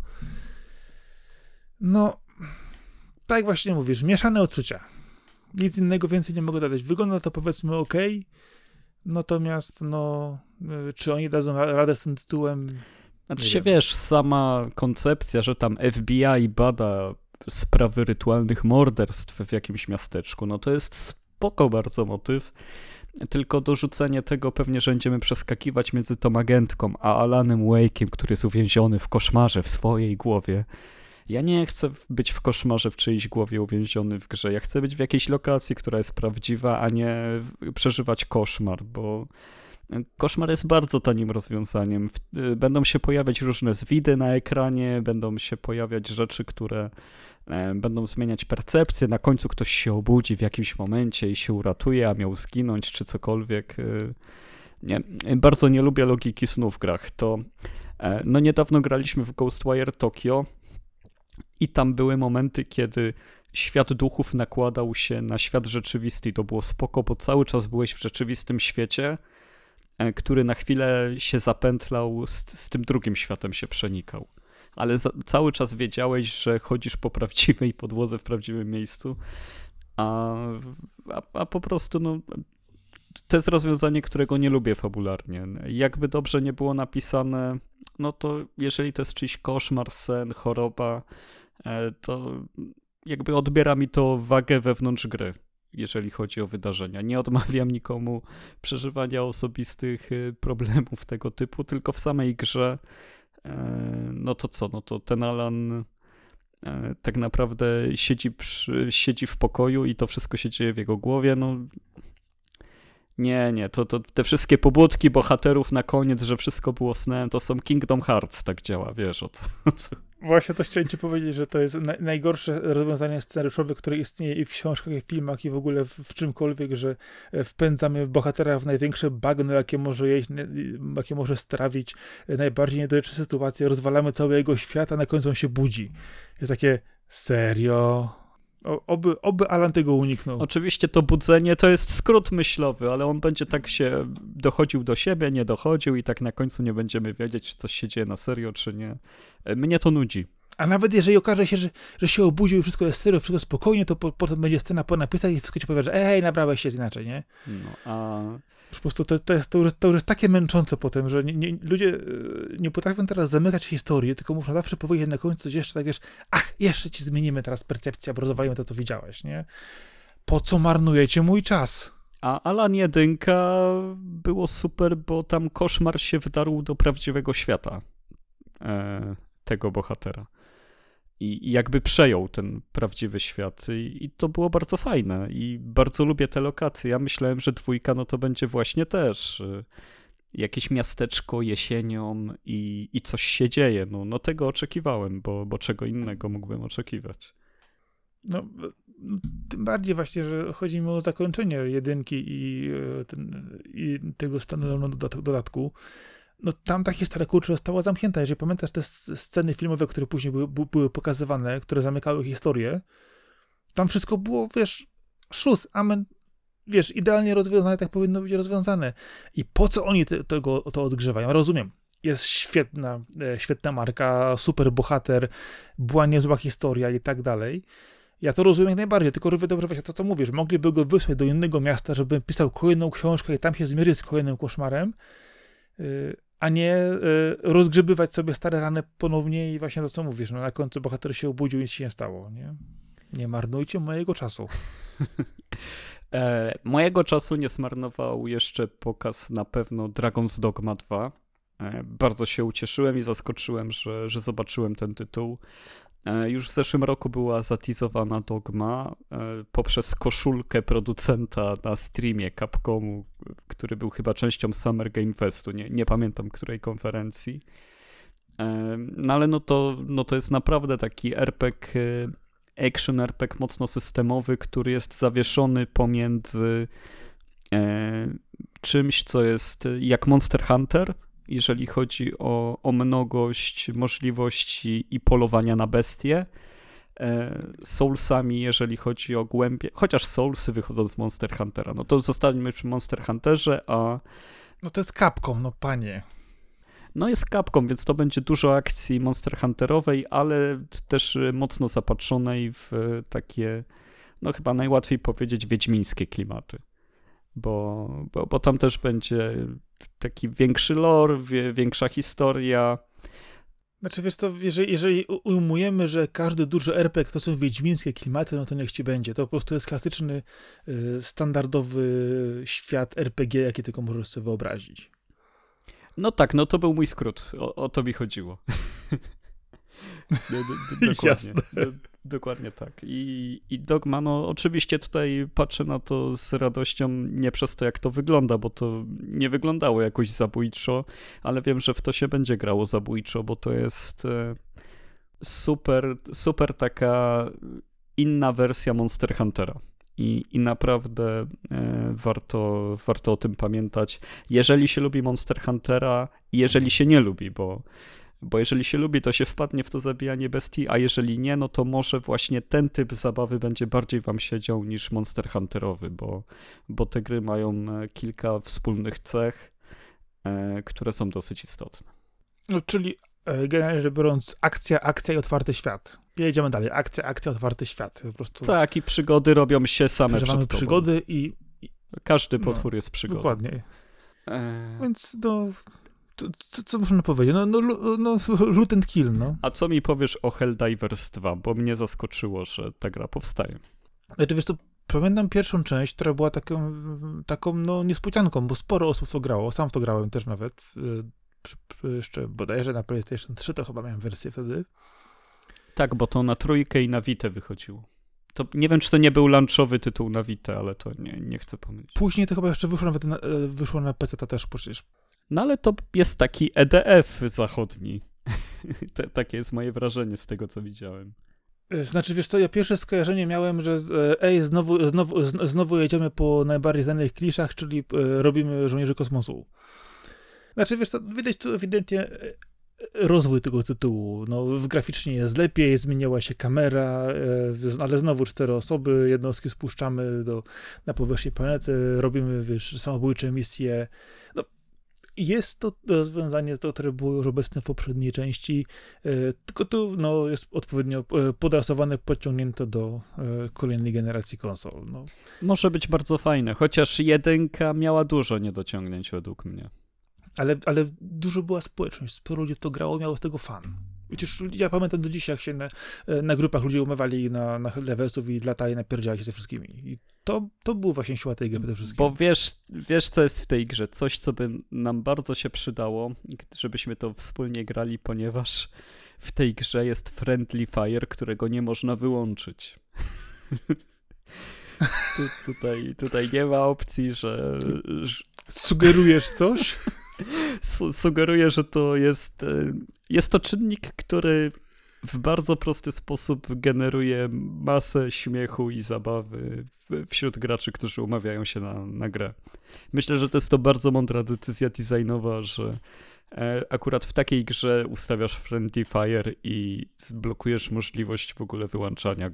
No, tak jak właśnie mówisz, mieszane odczucia. Nic innego więcej nie mogę dodać. Wygląda to, powiedzmy, okej. Natomiast, czy oni dadzą radę z tym tytułem? Znaczy się, wiesz, sama koncepcja, że tam FBI bada sprawy rytualnych morderstw w jakimś miasteczku, no to jest spoko bardzo motyw, tylko dorzucenie tego pewnie, że będziemy przeskakiwać między tą agentką a Alanem Wake'iem, który jest uwięziony w koszmarze w swojej głowie. Ja nie chcę być w koszmarze w czyjejś głowie uwięziony w grze. Ja chcę być w jakiejś lokacji, która jest prawdziwa, a nie przeżywać koszmar, bo koszmar jest bardzo tanim rozwiązaniem. Będą się pojawiać różne zwidy na ekranie, będą się pojawiać rzeczy, które będą zmieniać percepcję. Na końcu ktoś się obudzi w jakimś momencie i się uratuje, a miał zginąć, czy cokolwiek. Bardzo nie lubię logiki snu w grach. Niedawno graliśmy w Ghostwire Tokyo i tam były momenty, kiedy świat duchów nakładał się na świat rzeczywisty i to było spoko, bo cały czas byłeś w rzeczywistym świecie, który na chwilę się zapętlał, z tym drugim światem się przenikał. Ale cały czas wiedziałeś, że chodzisz po prawdziwej podłodze w prawdziwym miejscu, a po prostu to jest rozwiązanie, którego nie lubię fabularnie. Jakby dobrze nie było napisane, no to jeżeli to jest czyjś koszmar, sen, choroba, to jakby odbiera mi to wagę wewnątrz gry, jeżeli chodzi o wydarzenia. Nie odmawiam nikomu przeżywania osobistych problemów tego typu, tylko w samej grze to ten Alan tak naprawdę siedzi w pokoju i to wszystko się dzieje w jego głowie, Nie, to te wszystkie pobudki bohaterów na koniec, że wszystko było snem, to są Kingdom Hearts, tak działa, wiesz o co. Właśnie to chciałem ci powiedzieć, że to jest najgorsze rozwiązanie scenariuszowe, które istnieje i w książkach, i w filmach, i w ogóle w czymkolwiek, że wpędzamy bohatera w największe bagno, jakie może jeść, jakie może strawić, najbardziej niedoreczne sytuacje, rozwalamy cały jego świat, a na końcu on się budzi. Jest takie, serio? Oby Alan tego uniknął. Oczywiście to budzenie to jest skrót myślowy, ale on będzie tak się dochodził do siebie, nie dochodził i tak na końcu nie będziemy wiedzieć, czy coś się dzieje na serio, czy nie. Mnie to nudzi. A nawet jeżeli okaże się, że się obudził i wszystko jest serio, wszystko spokojnie, to potem będzie scena po napisach i wszystko ci powie, że nabrałeś się inaczej, nie? Już po prostu to już jest takie męczące potem, że ludzie nie potrafią teraz zamykać historii, tylko muszą zawsze powiedzieć na końcu coś jeszcze, tak wiesz, jeszcze ci zmienimy teraz percepcję, bo rozwalimy to, co widziałeś, nie? Po co marnujecie mój czas? A Alan 1 było super, bo tam koszmar się wdarł do prawdziwego świata tego bohatera. I jakby przejął ten prawdziwy świat. I to było bardzo fajne. I bardzo lubię te lokacje. Ja myślałem, że 2 to będzie właśnie też jakieś miasteczko jesienią i coś się dzieje. No tego oczekiwałem, bo czego innego mógłbym oczekiwać. Tym bardziej właśnie, że chodzi mi o zakończenie 1 i tego standalone dodatku. Tam ta historia, została zamknięta. Jeżeli pamiętasz te sceny filmowe, które później były pokazywane, które zamykały historię, Tam wszystko było, wiesz, szus, amen, wiesz, idealnie rozwiązane, tak powinno być rozwiązane. I po co oni to odgrzewają? Rozumiem. Jest świetna marka, super bohater, była niezła historia i tak dalej. Ja to rozumiem jak najbardziej, tylko równie dobrze właśnie to, co mówisz. Mogliby go wysłać do innego miasta, żeby pisał kolejną książkę i tam się zmierzy z kolejnym koszmarem, a nie rozgrzebywać sobie stare rany ponownie i właśnie to, co mówisz. No, na końcu bohater się obudził i nic się nie stało, nie? Nie marnujcie mojego czasu. Mojego czasu nie zmarnował jeszcze pokaz na pewno Dragon's Dogma 2. Bardzo się ucieszyłem i zaskoczyłem, że zobaczyłem ten tytuł. Już w zeszłym roku była zateasowana Dogma poprzez koszulkę producenta na streamie Capcomu, który był chyba częścią Summer Game Festu, nie pamiętam której konferencji. No ale no to jest naprawdę taki RPG, action RPG mocno systemowy, który jest zawieszony pomiędzy czymś, co jest jak Monster Hunter, jeżeli chodzi o mnogość możliwości i polowania na bestie. Soulsami, jeżeli chodzi o głębie, chociaż Soulsy wychodzą z Monster Huntera, no to zostańmy przy Monster Hunterze, a... No to jest Capcom, no panie. No jest Capcom, więc to będzie dużo akcji Monster Hunterowej, ale też mocno zapatrzonej w takie, no chyba najłatwiej powiedzieć, wiedźmińskie klimaty. Bo tam też będzie taki większy lore, większa historia. Znaczy wiesz co, jeżeli ujmujemy, że każdy duży RPG to są wiedźmińskie klimaty, no to niech ci będzie. To po prostu jest klasyczny, standardowy świat RPG, jaki tylko możesz sobie wyobrazić. No tak, no to był mój skrót. O to mi chodziło. Dokładnie. Jasne. Dokładnie tak. I Dogma, no oczywiście tutaj patrzę na to z radością nie przez to, jak to wygląda, bo to nie wyglądało jakoś zabójczo, ale wiem, że w to się będzie grało zabójczo, bo to jest super taka inna wersja Monster Huntera. I naprawdę warto o tym pamiętać. Jeżeli się lubi Monster Huntera i jeżeli się nie lubi, bo jeżeli się lubi, to się wpadnie w to zabijanie bestii, a jeżeli nie, no to może właśnie ten typ zabawy będzie bardziej wam siedział niż Monster Hunterowy, bo te gry mają kilka wspólnych cech, które są dosyć istotne. No, czyli generalnie rzecz biorąc, akcja i otwarty świat. Jedziemy dalej. Akcja, otwarty świat. Po prostu tak, i przygody robią się same przed tobą. przygody i... Każdy potwór jest przygodą. Dokładnie. Więc co można powiedzieć? No, loot and kill, no. A co mi powiesz o Helldivers 2? Bo mnie zaskoczyło, że ta gra powstaje. Znaczy, wiesz, to pamiętam pierwszą część, która była taką no, niespodzianką, bo sporo osób w to grało. Sam w to grałem też nawet. Jeszcze bodajże na PlayStation 3 to chyba miałem wersję wtedy. Tak, bo to na Trójkę i na Vitę wychodziło. To nie wiem, czy to nie był launchowy tytuł na Vitę, ale to nie chcę pomylić. Później to chyba jeszcze wyszło na PC też przecież. No ale to jest taki EDF zachodni. Takie jest moje wrażenie z tego, co widziałem. Znaczy, wiesz co, ja pierwsze skojarzenie miałem, że znowu jedziemy po najbardziej znanych kliszach, czyli robimy Żołnierzy Kosmosu. Znaczy, wiesz co, widać tu ewidentnie rozwój tego tytułu. No, graficznie jest lepiej, zmieniała się kamera, ale znowu 4 osoby, jednostki spuszczamy na powierzchnię planety, robimy, wiesz, samobójcze misje. No, jest to rozwiązanie, które było już obecne w poprzedniej części, tylko tu no, jest odpowiednio podrasowane, podciągnięte do kolejnej generacji konsol. No. Może być bardzo fajne, chociaż 1 miała dużo niedociągnięć według mnie. Ale dużo była społeczność, sporo ludzi w to grało, miało z tego fan. Przecież ja pamiętam do dzisiaj, jak się na grupach ludzie umywali na levelsów i latali, napierdziali się ze wszystkimi. I to był właśnie siła tej gry przede wszystkim. Bo wiesz, co jest w tej grze? Coś, co by nam bardzo się przydało, żebyśmy to wspólnie grali, ponieważ w tej grze jest Friendly Fire, którego nie można wyłączyć. Tutaj nie ma opcji, że... Sugerujesz coś? Sugeruję, że to jest to czynnik, który w bardzo prosty sposób generuje masę śmiechu i zabawy wśród graczy, którzy umawiają się na grę. Myślę, że to jest to bardzo mądra decyzja designowa, że akurat w takiej grze ustawiasz Friendly Fire i zblokujesz możliwość w ogóle wyłączania go.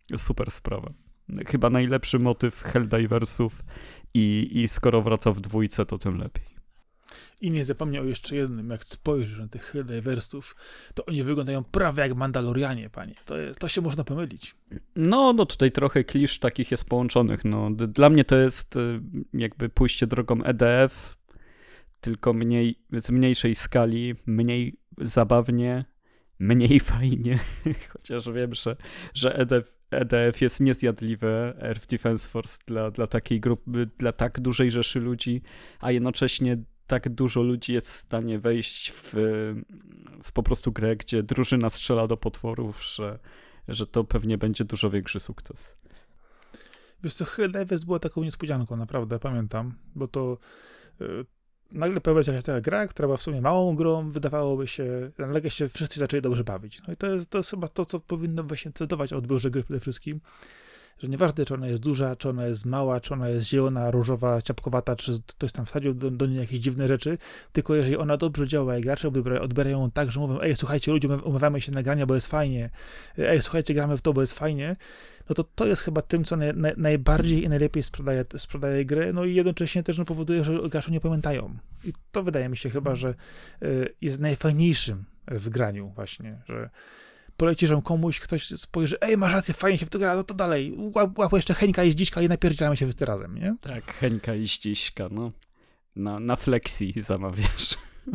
super sprawa. Chyba najlepszy motyw Helldiversów i skoro wraca w dwójce, to tym lepiej. I nie zapomniał jeszcze jednym, jak spojrzysz na tych Helldiversów, to oni wyglądają prawie jak Mandalorianie, panie. To się można pomylić. No tutaj trochę klisz takich jest połączonych. No, dla mnie to jest jakby pójście drogą EDF, tylko z mniejszej skali, mniej zabawnie, mniej fajnie, chociaż wiem, że EDF jest niezjadliwe, Earth Defense Force dla takiej grupy, dla tak dużej rzeszy ludzi, a jednocześnie tak dużo ludzi jest w stanie wejść w po prostu grę, gdzie drużyna strzela do potworów, że to pewnie będzie dużo większy sukces. Wiesz co, Helldivers była taką niespodzianką, naprawdę, pamiętam, bo to nagle pojawiła się jakaś taka gra, która była w sumie małą grą, wydawałoby się, nagle się wszyscy zaczęli dobrze bawić. No i to jest chyba to, co powinno właśnie decydować o odbiorze gry przede wszystkim, że nieważne, czy ona jest duża, czy ona jest mała, czy ona jest zielona, różowa, ciapkowata, czy ktoś tam wsadził do niej jakieś dziwne rzeczy, tylko jeżeli ona dobrze działa i gracze odbierają ją tak, że mówią, słuchajcie, ludzie, umawiamy się na grania, bo jest fajnie, słuchajcie, gramy w to, bo jest fajnie, no to jest chyba tym, co najbardziej i najlepiej sprzedaje grę, no i jednocześnie też powoduje, że gracze nie pamiętają. I to wydaje mi się chyba, że jest najfajniejszym w graniu właśnie, że polecisz komuś, ktoś spojrzy, masz rację, fajnie się w to gra, no to dalej, łap jeszcze Henka i Zdziśka i napierdzielamy się wszyscy razem, nie? Tak, Henka i Zdziśka, no. Na flexi zamawiasz.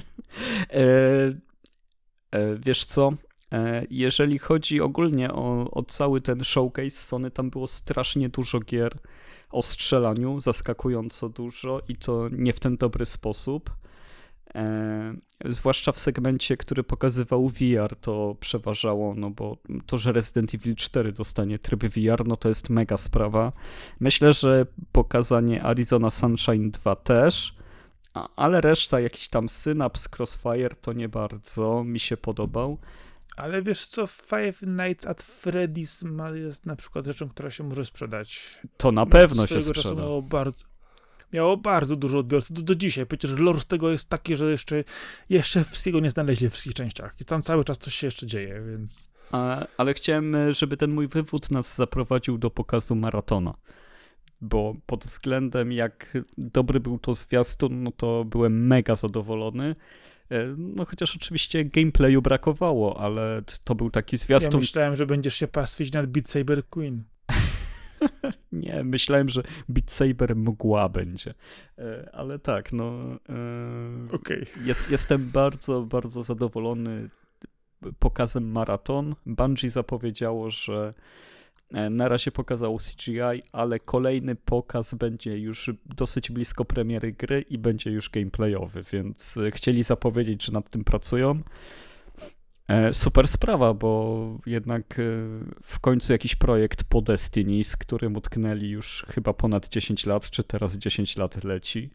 Wiesz co? Jeżeli chodzi ogólnie o cały ten showcase Sony, tam było strasznie dużo gier o strzelaniu, zaskakująco dużo i to nie w ten dobry sposób. Zwłaszcza w segmencie, który pokazywał VR, to przeważało, no bo to, że Resident Evil 4 dostanie tryb VR, no to jest mega sprawa. Myślę, że pokazanie Arizona Sunshine 2 też, ale reszta, jakiś tam Synapse, Crossfire, to nie bardzo mi się podobał. Ale wiesz co, Five Nights at Freddy's jest na przykład rzeczą, która się może sprzedać. To na pewno się sprzeda. Miało bardzo dużo odbiorców. Do dzisiaj. Przecież lore z tego jest taki, że jeszcze wszystkiego nie znaleźli w wszystkich częściach. I tam cały czas coś się jeszcze dzieje, więc... Ale chciałem, żeby ten mój wywód nas zaprowadził do pokazu maratona. Bo pod względem jak dobry był to zwiastun, no to byłem mega zadowolony. No chociaż oczywiście gameplayu brakowało, ale to był taki zwiastun... Ja myślałem, że będziesz się pastwić nad Beat Saber Queen. Nie, myślałem, że Beat Saber mgła będzie. Ale tak, no... Okej. Jestem bardzo, bardzo zadowolony pokazem Maraton. Bungie zapowiedziało, że na razie pokazało CGI, ale kolejny pokaz będzie już dosyć blisko premiery gry i będzie już gameplayowy, więc chcieli zapowiedzieć, że nad tym pracują. Super sprawa, bo jednak w końcu jakiś projekt po Destiny, z którym utknęli już chyba ponad 10 lat, czy teraz 10 lat leci.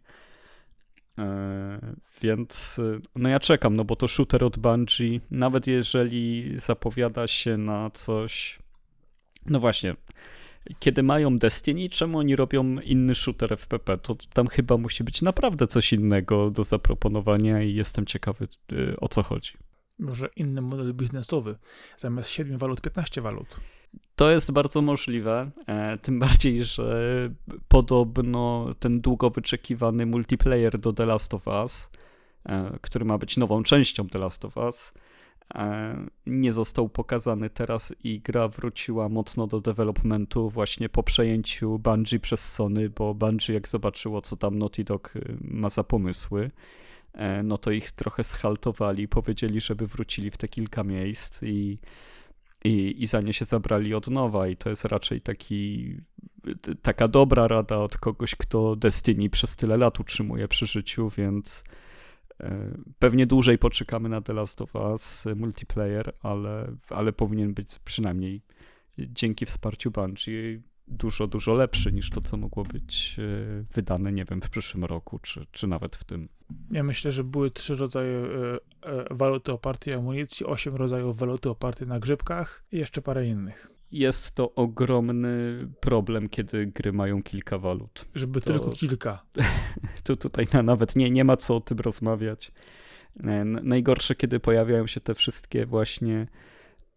Więc no ja czekam, no bo to shooter od Bungie, nawet jeżeli zapowiada się na coś... No właśnie, kiedy mają Destiny, czemu oni robią inny shooter FPP? To tam chyba musi być naprawdę coś innego do zaproponowania i jestem ciekawy, o co chodzi. Może inny model biznesowy. Zamiast 7 walut, 15 walut. To jest bardzo możliwe, tym bardziej, że podobno ten długo wyczekiwany multiplayer do The Last of Us, który ma być nową częścią The Last of Us, nie został pokazany teraz i gra wróciła mocno do developmentu właśnie po przejęciu Bungie przez Sony, bo Bungie jak zobaczyło, co tam Naughty Dog ma za pomysły, no to ich trochę schaltowali, powiedzieli, żeby wrócili w te kilka miejsc i za nie się zabrali od nowa i to jest raczej taka dobra rada od kogoś, kto Destiny przez tyle lat utrzymuje przy życiu, więc pewnie dłużej poczekamy na The Last of Us multiplayer, ale powinien być przynajmniej dzięki wsparciu Bungie dużo, dużo lepszy niż to, co mogło być wydane, nie wiem, w przyszłym roku, czy nawet w tym. Ja myślę, że były 3 rodzaje waluty opartej amunicji, 8 rodzajów waluty opartej na grzybkach i jeszcze parę innych. Jest to ogromny problem, kiedy gry mają kilka walut. Żeby tylko kilka. Tutaj nawet nie ma co o tym rozmawiać. Najgorsze, kiedy pojawiają się te wszystkie właśnie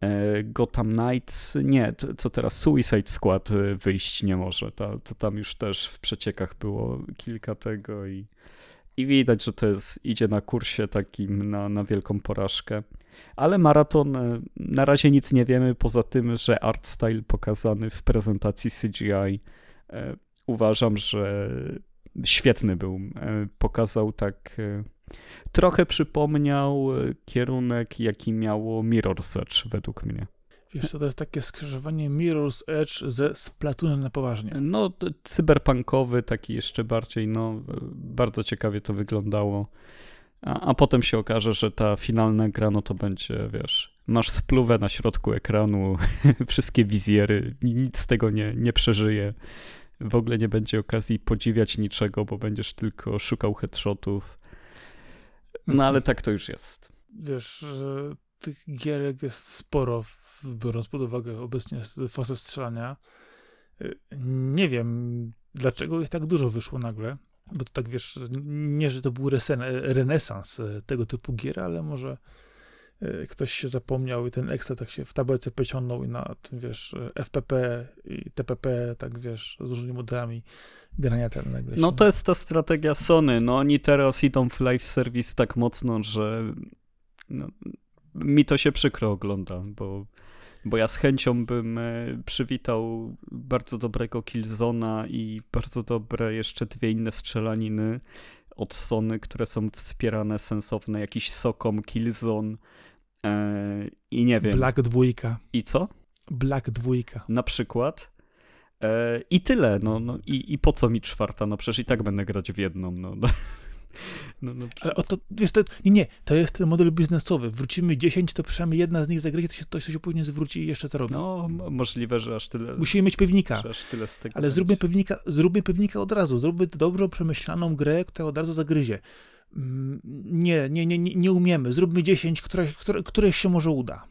Gotham Knights, nie, co teraz Suicide Squad wyjść nie może. To tam już też w przeciekach było kilka tego i widać, że to idzie na kursie takim na wielką porażkę. Ale Maraton, na razie nic nie wiemy, poza tym, że art style pokazany w prezentacji CGI uważam, że świetny był. Pokazał tak, trochę przypomniał kierunek, jaki miało Mirror's Edge według mnie. Wiesz co, to jest takie skrzyżowanie Mirror's Edge ze Splatoonem na poważnie. No, cyberpunkowy, taki jeszcze bardziej, bardzo ciekawie to wyglądało. A potem się okaże, że ta finalna gra, no to będzie, wiesz, masz spluwę na środku ekranu, wszystkie wizjery, nic z tego nie przeżyje. W ogóle nie będzie okazji podziwiać niczego, bo będziesz tylko szukał headshotów. No ale tak to już jest. Wiesz, tych gierek jest sporo, biorąc pod uwagę obecnie fazę strzelania. Nie wiem, dlaczego ich tak dużo wyszło nagle, bo to tak, wiesz, nie, że to był renesans tego typu gier, ale może ktoś się zapomniał i ten ekstra tak się w tabelce pociągnął i na tym, wiesz, FPP i TPP, tak, wiesz, z różnymi modelami grania ten nagle. No to jest ta strategia Sony, no oni teraz idą w live service tak mocno, że mi to się przykro ogląda, bo ja z chęcią bym przywitał bardzo dobrego Killzone'a i bardzo dobre jeszcze 2 inne strzelaniny od Sony, które są wspierane sensowne, jakiś Socom, Killzone i nie wiem. Black 2. I co? Black 2. Na przykład. I tyle, i po co mi 4? No przecież i tak będę grać w jedną, Ale oto, wiesz, nie, to jest ten model biznesowy. Wrócimy 10, to przynajmniej jedna z nich zagryzie, to się później zwróci i jeszcze zarobi. No, możliwe, że aż tyle. Musimy mieć pewnika. Że aż tyle z tego ale zróbmy pewnika od razu. Zróbmy dobrze przemyślaną grę, która od razu zagryzie. Nie umiemy. Zróbmy 10, które się może uda.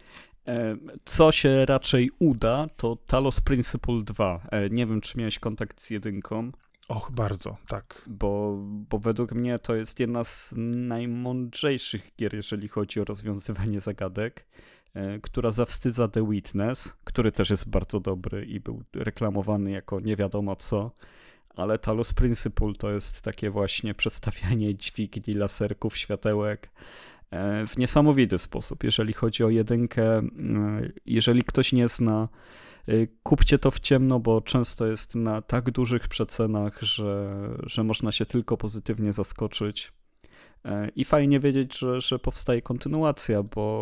Co się raczej uda, to Talos Principle 2. Nie wiem, czy miałeś kontakt z 1. Och, bardzo, tak. Bo według mnie to jest jedna z najmądrzejszych gier, jeżeli chodzi o rozwiązywanie zagadek, która zawstydza The Witness, który też jest bardzo dobry i był reklamowany jako nie wiadomo co, ale Talos Principle to jest takie właśnie przedstawianie dźwigni, laserków, światełek w niesamowity sposób. Jeżeli chodzi o 1, jeżeli ktoś nie zna, kupcie to w ciemno, bo często jest na tak dużych przecenach, że można się tylko pozytywnie zaskoczyć. I fajnie wiedzieć, że powstaje kontynuacja,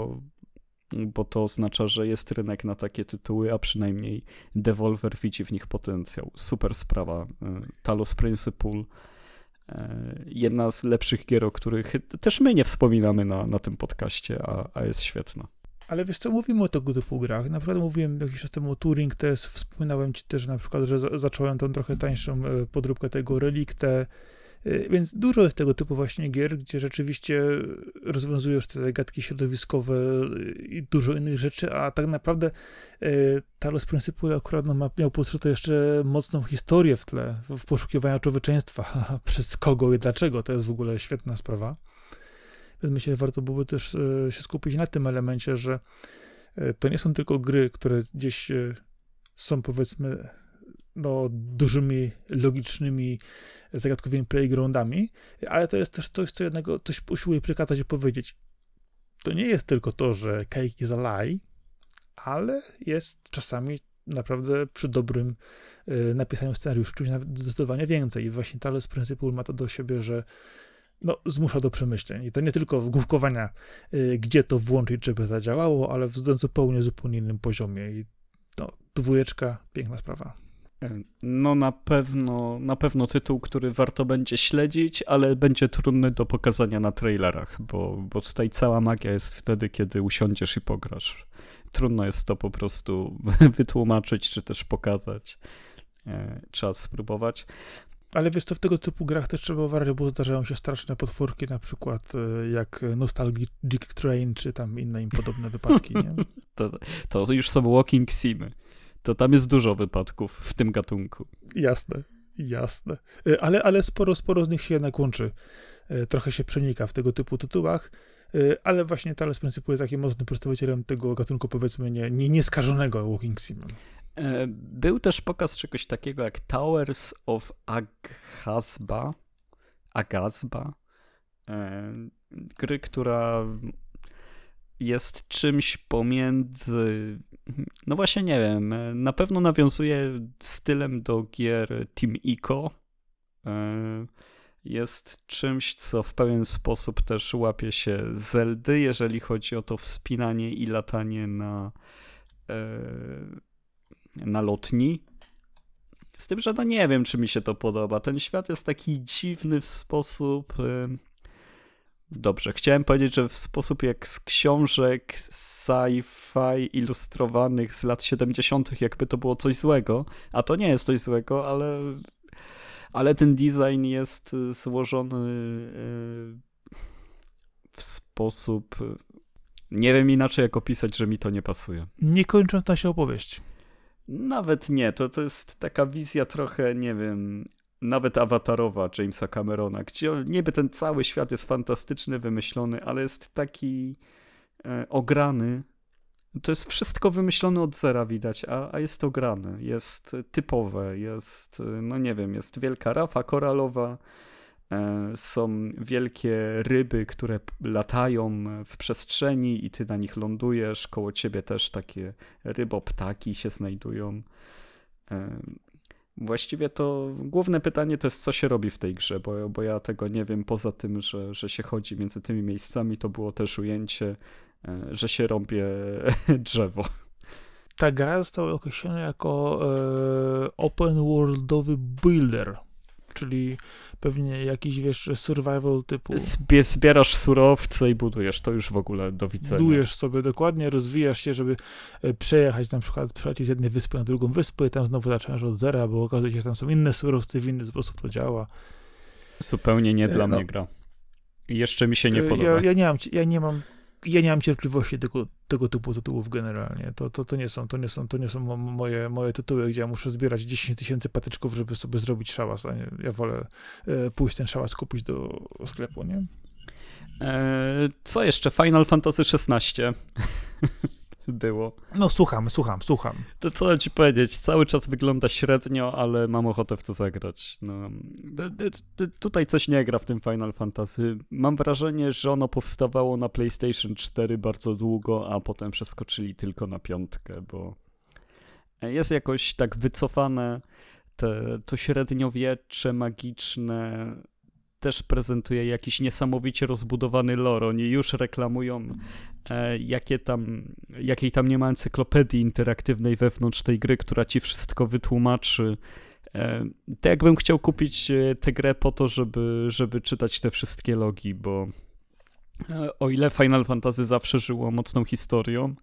bo to oznacza, że jest rynek na takie tytuły, a przynajmniej Devolver widzi w nich potencjał. Super sprawa. Talos Principle, jedna z lepszych gier, o których też my nie wspominamy na tym podcaście, a jest świetna. Ale wiesz co, mówimy o tego typu grach. Na przykład mówiłem jakiś czas temu o Turing Test, wspominałem ci też na przykład, że zacząłem tą trochę tańszą podróbkę tego Reliktę, więc dużo jest tego typu właśnie gier, gdzie rzeczywiście rozwiązujesz te zagadki środowiskowe i dużo innych rzeczy, a tak naprawdę Talos Principle akurat miał podszyte jeszcze mocną historię w tle, w poszukiwaniu człowieczeństwa. Przez kogo i dlaczego, to jest w ogóle świetna sprawa. Więc myślę, że warto byłoby też się skupić na tym elemencie, że to nie są tylko gry, które gdzieś są, powiedzmy, dużymi, logicznymi, zagadkowymi playgroundami, ale to jest też coś usiłuję przekazać i powiedzieć. To nie jest tylko to, że cake is a lie, ale jest czasami naprawdę przy dobrym napisaniu scenariuszu czymś nawet zdecydowanie więcej. I właśnie Talos Principle ma to do siebie, że zmusza do przemyśleń. I to nie tylko wgłówkowania, gdzie to włączyć, żeby zadziałało, ale w zupełnie innym poziomie. I 2, piękna sprawa. No na pewno tytuł, który warto będzie śledzić, ale będzie trudny do pokazania na trailerach, bo tutaj cała magia jest wtedy, kiedy usiądziesz i pograsz. Trudno jest to po prostu wytłumaczyć, czy też pokazać. Trzeba spróbować. Ale wiesz co, w tego typu grach też trzeba uważać, bo zdarzają się straszne potworki, na przykład jak Nostalgic Train, czy tam inne im podobne wypadki, nie? To już są walking simy. To tam jest dużo wypadków w tym gatunku. Jasne. Ale sporo z nich się jednak łączy trochę się przenika w tego typu tytułach, ale właśnie Talos Principle jest takim mocnym przedstawicielem tego gatunku, powiedzmy, nieskażonego Walking Simem. Był też pokaz czegoś takiego jak Towers of Agazba, gry, która jest czymś pomiędzy, no właśnie nie wiem, na pewno nawiązuje stylem do gier Team Ico, jest czymś, co w pewien sposób też łapie się Zeldy, jeżeli chodzi o to wspinanie i latanie na lotni. Z tym, że no nie wiem, czy mi się to podoba. Ten świat jest taki dziwny w sposób... Dobrze, chciałem powiedzieć, że w sposób jak z książek sci-fi ilustrowanych z lat 70., jakby to było coś złego, a to nie jest coś złego, ale ten design jest złożony w sposób... Nie wiem inaczej jak opisać, że mi to nie pasuje. Nie kończąca się opowieść. Nawet nie, to jest taka wizja trochę, nie wiem, nawet awatarowa Jamesa Camerona, gdzie niby ten cały świat jest fantastyczny, wymyślony, ale jest taki ograny. To jest wszystko wymyślone od zera widać, a jest ograne, jest typowe, jest, no nie wiem, jest wielka rafa koralowa, są wielkie ryby, które latają w przestrzeni i ty na nich lądujesz, koło ciebie też takie ryboptaki się znajdują. Właściwie to główne pytanie to jest, co się robi w tej grze, bo ja tego nie wiem, poza tym, że się chodzi między tymi miejscami, to było też ujęcie, że się robi drzewo. Ta gra została określona jako open worldowy builder, czyli pewnie jakiś, wiesz, survival typu... Zbierasz surowce i budujesz, to już w ogóle do widzenia. Budujesz sobie dokładnie, rozwijasz się, żeby przejechać na przykład, przelecieć z jednej wyspy na drugą wyspę i tam znowu zaczynasz od zera, bo okazuje się, że tam są inne surowce, w inny sposób to działa. Zupełnie nie dla mnie gra. I jeszcze mi się nie podoba. Ja nie mam cierpliwości tego typu tytułów generalnie. To nie są moje tytuły, gdzie ja muszę zbierać 10 000 patyczków, żeby sobie zrobić szałas, a nie, ja wolę pójść ten szałas kupić do sklepu, nie? Co jeszcze? Final Fantasy XVI było. No słucham. To co ci powiedzieć? Cały czas wygląda średnio, ale mam ochotę w to zagrać. No, tutaj coś nie gra w tym Final Fantasy. Mam wrażenie, że ono powstawało na PlayStation 4 bardzo długo, a potem przeskoczyli tylko na 5, bo jest jakoś tak wycofane to średniowiecze magiczne też prezentuje jakiś niesamowicie rozbudowany lore. Oni już reklamują, jakiej tam nie ma encyklopedii interaktywnej wewnątrz tej gry, która ci wszystko wytłumaczy. To jakbym chciał kupić tę grę po to, żeby czytać te wszystkie logi, bo o ile Final Fantasy zawsze żyło mocną historią,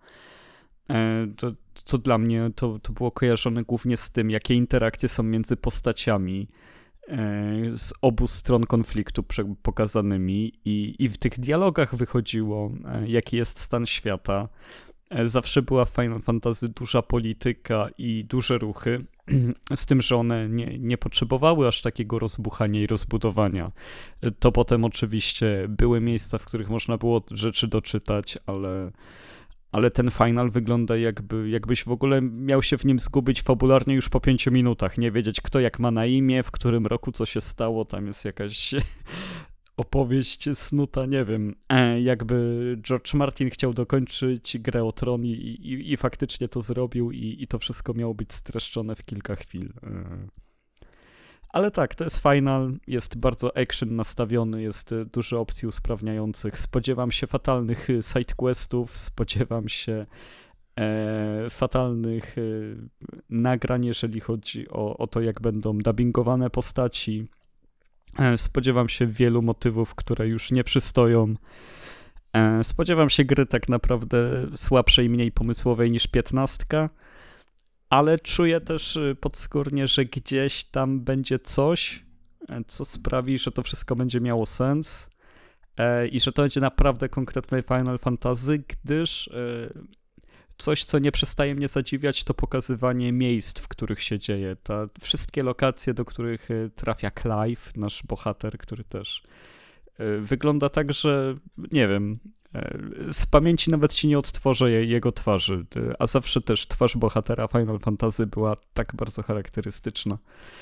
to dla mnie to było kojarzone głównie z tym, jakie interakcje są między postaciami z obu stron konfliktu pokazanymi i w tych dialogach wychodziło, jaki jest stan świata. Zawsze była w Final Fantasy duża polityka i duże ruchy, z tym, że one nie potrzebowały aż takiego rozbuchania i rozbudowania. To potem oczywiście były miejsca, w których można było rzeczy doczytać, ale ten final wygląda jakbyś w ogóle miał się w nim zgubić fabularnie już po 5 minutach, nie wiedzieć kto jak ma na imię, w którym roku co się stało, tam jest jakaś opowieść snuta, nie wiem, jakby George Martin chciał dokończyć grę o Tron i faktycznie to zrobił i to wszystko miało być streszczone w kilka chwil. Ale tak, to jest final, jest bardzo action nastawiony, jest dużo opcji usprawniających. Spodziewam się fatalnych sidequestów, spodziewam się fatalnych nagrań, jeżeli chodzi o to, jak będą dubbingowane postaci. Spodziewam się wielu motywów, które już nie przystoją. Spodziewam się gry tak naprawdę słabszej, mniej pomysłowej niż 15. Ale czuję też podskórnie, że gdzieś tam będzie coś, co sprawi, że to wszystko będzie miało sens i że to będzie naprawdę konkretne Final Fantasy, gdyż coś, co nie przestaje mnie zadziwiać, to pokazywanie miejsc, w których się dzieje. Wszystkie lokacje, do których trafia Clive, nasz bohater, który też Wygląda tak, że nie wiem, z pamięci nawet ci nie odtworzę jego twarzy, a zawsze też twarz bohatera Final Fantasy była tak bardzo charakterystyczna.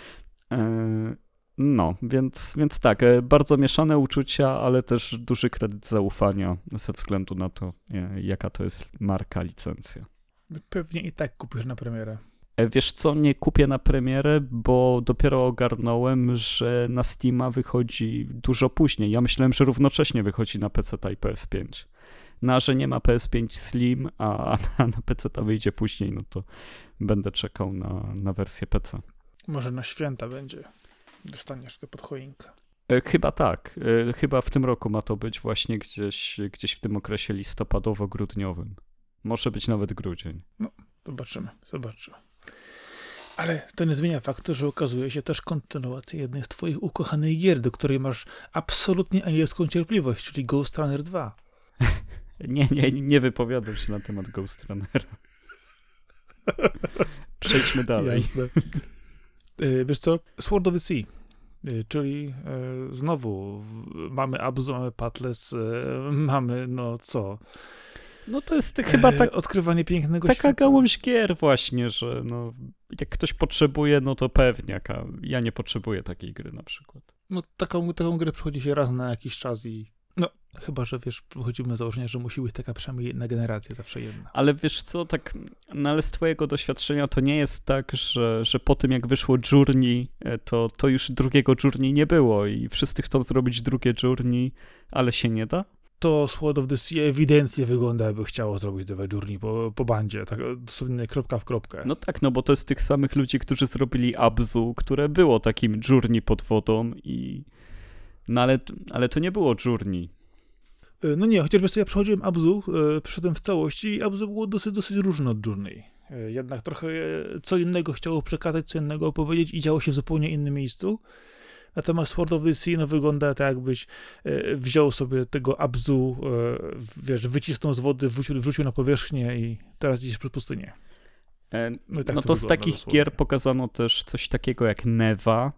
No, więc tak, bardzo mieszane uczucia, ale też duży kredyt zaufania ze względu na to, jaka to jest marka, licencja. Pewnie i tak kupisz na premierę. Wiesz co, nie kupię na premierę, bo dopiero ogarnąłem, że na Steama wychodzi dużo później. Ja myślałem, że równocześnie wychodzi na PC i PS5. No a że nie ma PS5 Slim, a na PC wyjdzie później, no to będę czekał na wersję PC. Może na święta będzie. Dostaniesz to pod choinkę. Chyba tak. Chyba w tym roku ma to być właśnie gdzieś w tym okresie listopadowo-grudniowym. Może być nawet grudzień. No, zobaczymy. Ale to nie zmienia faktu, że ukazuje się też kontynuacja jednej z twoich ukochanych gier, do której masz absolutnie anielską cierpliwość, czyli Ghost Runner 2. Nie wypowiadam się na temat Ghost Runnera. Przejdźmy dalej. Jasne. Wiesz co? Sword of the Sea, czyli znowu mamy Abzu, mamy Pathless, mamy no co? No to jest chyba tak odkrywanie pięknego taka świata. gałąź gier właśnie, że no, jak ktoś potrzebuje, no to pewniak, a ja nie potrzebuję takiej gry na przykład. No taką grę przychodzi się raz na jakiś czas i no chyba, że wiesz, wychodzimy z założenia, że musi być taka przynajmniej jedna generacja, zawsze jedna. Ale wiesz co, tak, no ale z twojego doświadczenia to nie jest tak, że po tym jak wyszło Journey, to już drugiego Journey nie było i wszyscy chcą zrobić drugie Journey, ale się nie da? To Sword of the Sea ewidentnie wygląda, jakby chciało zrobić nowe Journey po bandzie, tak dosłownie kropka w kropkę. No tak, no bo to jest tych samych ludzi, którzy zrobili Abzu, które było takim Journey pod wodą i... No ale to nie było Journey. No nie, chociaż wiesz co, ja przechodziłem Abzu, przyszedłem w całości i Abzu było dosyć różne od Journey. Jednak trochę co innego chciało przekazać, co innego opowiedzieć i działo się w zupełnie innym miejscu. Natomiast Sword of the Sea no, wygląda tak, jakbyś wziął sobie tego Abzu, wiesz, wycisnął z wody, wrzucił na powierzchnię i teraz idziesz przez pustynię. No, tak no to z takich dosłownie. gier pokazano też coś takiego jak Neva.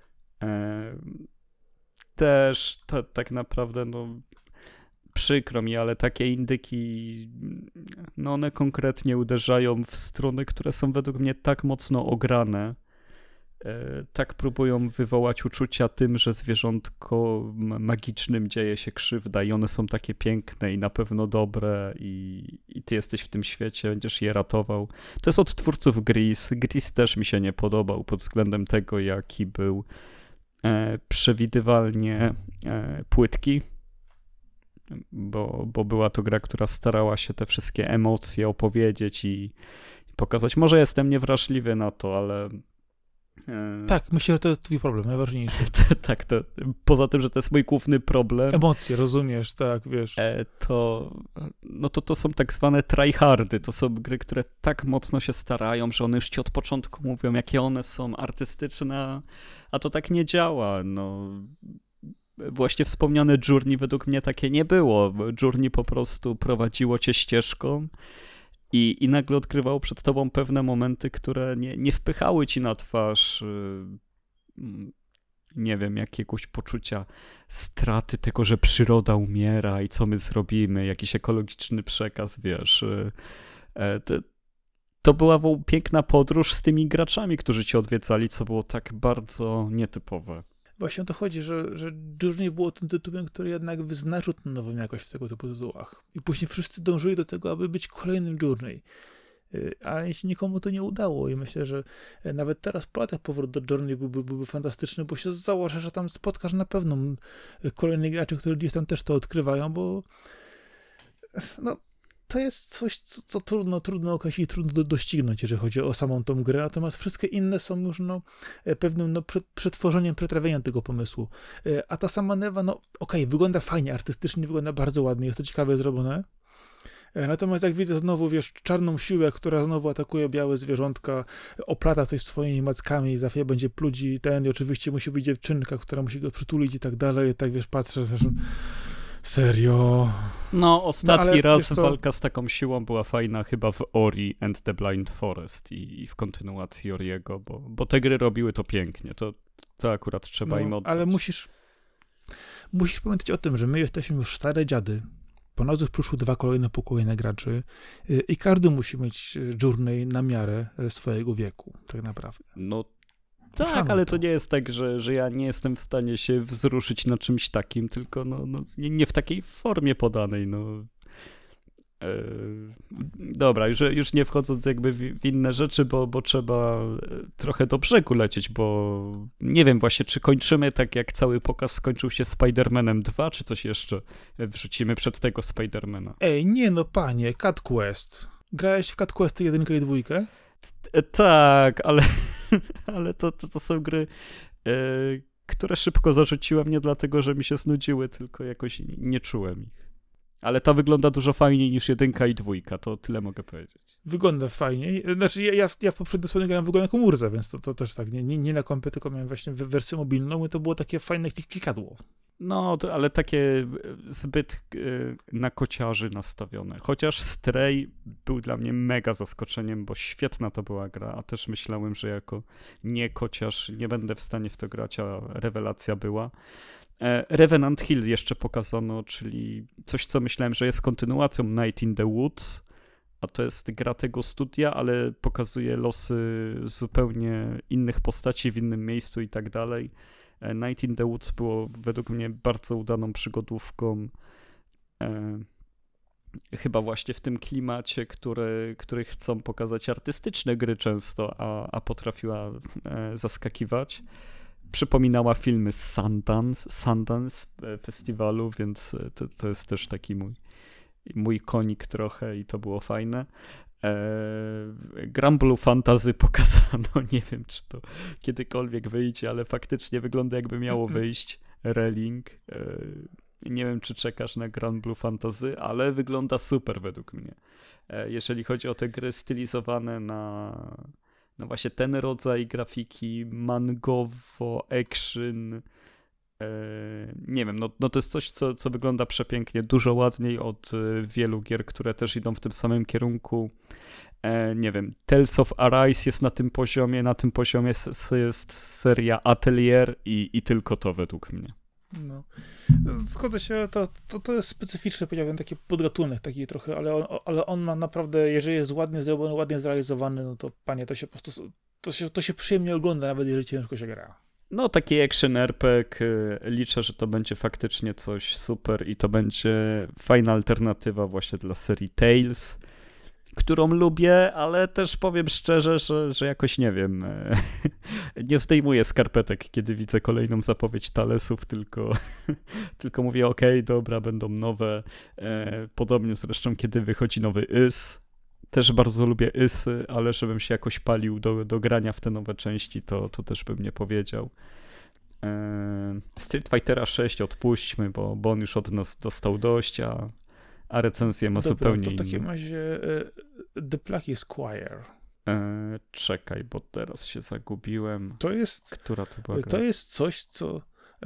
Też to tak naprawdę, no przykro mi, ale takie indyki, no one konkretnie uderzają w strony, które są według mnie tak mocno ograne, tak próbują wywołać uczucia tym, że zwierzątko magicznym dzieje się krzywda i one są takie piękne i na pewno dobre i ty jesteś w tym świecie, będziesz je ratował. To jest od twórców Gris. Gris też mi się nie podobał pod względem tego, jaki był przewidywalnie płytki, bo była to gra, która starała się te wszystkie emocje opowiedzieć i pokazać. Może jestem niewrażliwy na to, ale... Tak, myślę, że to jest twój problem, najważniejszy. Tak, poza tym, że to jest mój główny problem. Emocje, rozumiesz, tak, wiesz. To są tak zwane tryhardy. To są gry, które tak mocno się starają, że one już ci od początku mówią, jakie one są artystyczne, a to tak nie działa. No, właśnie wspomniane Journey według mnie takie nie było. Journey po prostu prowadziło cię ścieżką i nagle odkrywało przed tobą pewne momenty, które nie wpychały ci na twarz, nie wiem, jakiegoś poczucia straty tego, że przyroda umiera i co my zrobimy, jakiś ekologiczny przekaz, wiesz. To była piękna podróż z tymi graczami, którzy cię odwiedzali, co było tak bardzo nietypowe. Właśnie o to chodzi, że Journey było tym tytułem, który jednak wyznaczył tę nową jakość w tego typu tytułach. I później wszyscy dążyli do tego, aby być kolejnym Journey. Ale się nikomu to nie udało i myślę, że nawet teraz powrót do Journey byłby fantastyczny, bo się założę, że tam spotkasz na pewno kolejnych graczy, którzy gdzieś tam też to odkrywają, bo no, to jest coś, co trudno określić, trudno doścignąć, jeżeli chodzi o samą tą grę, natomiast wszystkie inne są już pewnym przetworzeniem, przetrawieniem tego pomysłu. A ta sama Neva, wygląda fajnie, artystycznie wygląda bardzo ładnie, jest to ciekawie zrobione. Natomiast jak widzę znowu, wiesz, czarną siłę, która znowu atakuje białe zwierzątka, oplata coś swoimi mackami i za chwilę będzie pluć i oczywiście musi być dziewczynka, która musi go przytulić i tak dalej, i tak wiesz, patrzę, wiesz, serio? No, ostatni raz co? walka z taką siłą była fajna chyba w Ori and the Blind Forest i w kontynuacji Oriego, bo te gry robiły to pięknie, to akurat trzeba im oddać. Ale musisz pamiętać o tym, że my jesteśmy już stare dziady. Po nas już przyszły 2 kolejne pokolenia graczy i każdy musi mieć journey na miarę swojego wieku, tak naprawdę. No tak, ale to nie jest tak, że ja nie jestem w stanie się wzruszyć na czymś takim, tylko nie w takiej formie podanej, Dobra, już nie wchodząc jakby w inne rzeczy, bo trzeba trochę do brzegu lecieć, bo nie wiem właśnie, czy kończymy tak jak cały pokaz skończył się Spider-Manem 2, czy coś jeszcze wrzucimy przed tego Spider-Mana. Ej, nie no panie, Cat Quest. Grałeś w Cat Questy 1 i 2? Tak, ale to są gry, które szybko zarzuciłem, nie dlatego, że mi się znudziły, tylko jakoś nie czułem ich. Ale ta wygląda dużo fajniej niż 1 i 2, to tyle mogę powiedzieć. Wygląda fajniej. Znaczy ja w poprzednim stronie grałem w ogóle na komórce, więc to też tak, nie na kompie, tylko miałem właśnie wersję mobilną i to było takie fajne klikadło. No, ale takie zbyt na kociarzy nastawione. Chociaż Stray był dla mnie mega zaskoczeniem, bo świetna to była gra, a też myślałem, że jako nie kociarz nie będę w stanie w to grać, a rewelacja była. Revenant Hill jeszcze pokazano, czyli coś, co myślałem, że jest kontynuacją Night in the Woods, a to jest gra tego studia, ale pokazuje losy zupełnie innych postaci w innym miejscu i tak dalej. Night in the Woods było według mnie bardzo udaną przygodówką, chyba właśnie w tym klimacie, który chcą pokazać artystyczne gry często, a potrafiła zaskakiwać. Przypominała filmy z Sundance festiwalu, więc to jest też taki mój konik trochę i to było fajne. Granblue Fantasy pokazano, nie wiem, czy to kiedykolwiek wyjdzie, ale faktycznie wygląda jakby miało wyjść. Relink. Nie wiem, czy czekasz na Granblue Fantasy, ale wygląda super według mnie. Jeżeli chodzi o te gry stylizowane na właśnie ten rodzaj grafiki, mangowo, action, nie wiem, no to jest coś, co wygląda przepięknie, dużo ładniej od wielu gier, które też idą w tym samym kierunku. Nie wiem, Tales of Arise jest na tym poziomie jest seria Atelier i tylko to według mnie. No. Zgodzę się, to jest specyficzny, powiedziałbym, taki podgatunek taki trochę, ale on ma naprawdę, jeżeli jest ładnie zrobiony, ładnie zrealizowany, no to panie, to się po prostu, to się przyjemnie ogląda, nawet jeżeli ciężko się gra. No taki action RPG, liczę, że to będzie faktycznie coś super i to będzie fajna alternatywa właśnie dla serii Tales, którą lubię, ale też powiem szczerze, że jakoś nie wiem, nie zdejmuję skarpetek, kiedy widzę kolejną zapowiedź Talesów, tylko mówię, okej, dobra, będą nowe, podobnie zresztą kiedy wychodzi nowy Ys, też bardzo lubię Ysy, ale żebym się jakoś palił do grania w te nowe części, to też bym nie powiedział. Street Fightera 6 odpuśćmy, bo on już od nas dostał dość, a recenzję ma zupełnie inną. To w takim razie The Plucky Squire. Czekaj, bo teraz się zagubiłem. Która to była gra? To jest coś, co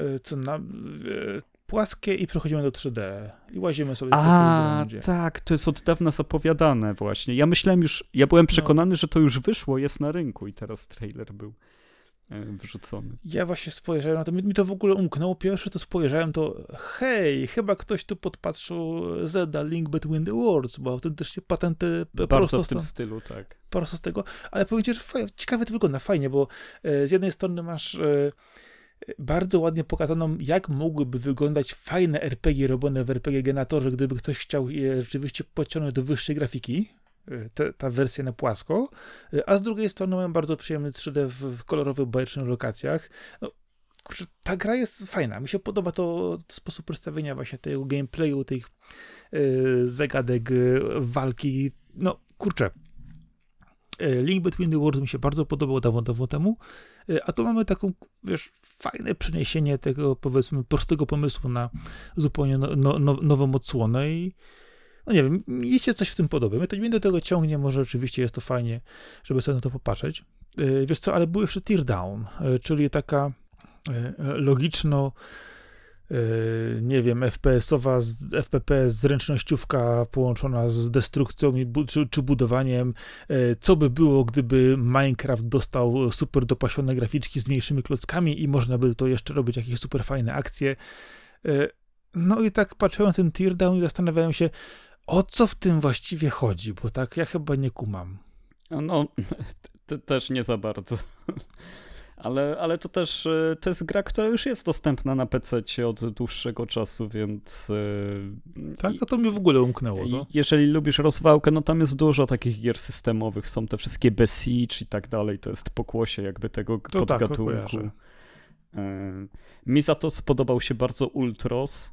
płaskie i przechodzimy do 3D i łazimy sobie po rundzie. Tak, to jest od dawna zapowiadane właśnie. Ja byłem przekonany, że to już wyszło, jest na rynku i teraz trailer był wrzucony. Ja właśnie spojrzałem na to, mi to w ogóle umknęło. Pierwsze to spojrzałem, to hej, chyba ktoś tu podpatrzył Zelda Link Between the Worlds, bo autentycznie patenty bardzo w tym stylu, tak. Prosto z tego, ale powiem ci, że ciekawie to wygląda, fajnie, bo z jednej strony masz bardzo ładnie pokazaną, jak mogłyby wyglądać fajne RPG robione w RPG Generatorze, gdyby ktoś chciał je rzeczywiście podciągnąć do wyższej grafiki, ta wersja na płasko, a z drugiej strony mają bardzo przyjemny 3D w kolorowych, bajecznych lokacjach. No, kurczę, ta gra jest fajna. Mi się podoba to sposób przedstawienia właśnie tego gameplayu, tych zagadek, walki. No, kurczę. Link Between the Worlds mi się bardzo podobał dawno temu, a tu mamy taką, wiesz, fajne przeniesienie tego, powiedzmy, prostego pomysłu na zupełnie nową odsłonę i no nie wiem, mi się coś w tym podoba. Mnie do tego ciągnie, może rzeczywiście jest to fajnie, żeby sobie na to popatrzeć. Wiesz co, ale był jeszcze Teardown, czyli taka logiczno, nie wiem, FPS-owa, FPP zręcznościówka połączona z destrukcją czy budowaniem. Co by było, gdyby Minecraft dostał super dopasione graficzki z mniejszymi klockami i można by to jeszcze robić jakieś super fajne akcje. No i tak patrzyłem na ten teardown i zastanawiałem się, o co w tym właściwie chodzi, bo tak ja chyba nie kumam. No, też nie za bardzo. Ale to też, to jest gra, która już jest dostępna na PC od dłuższego czasu, więc... Tak, a to mi w ogóle umknęło. To. Jeżeli lubisz rozwałkę, no tam jest dużo takich gier systemowych, są te wszystkie Besiege i tak dalej, to jest pokłosie jakby tego to podgatunku. Tak, mi za to spodobał się bardzo Ultros,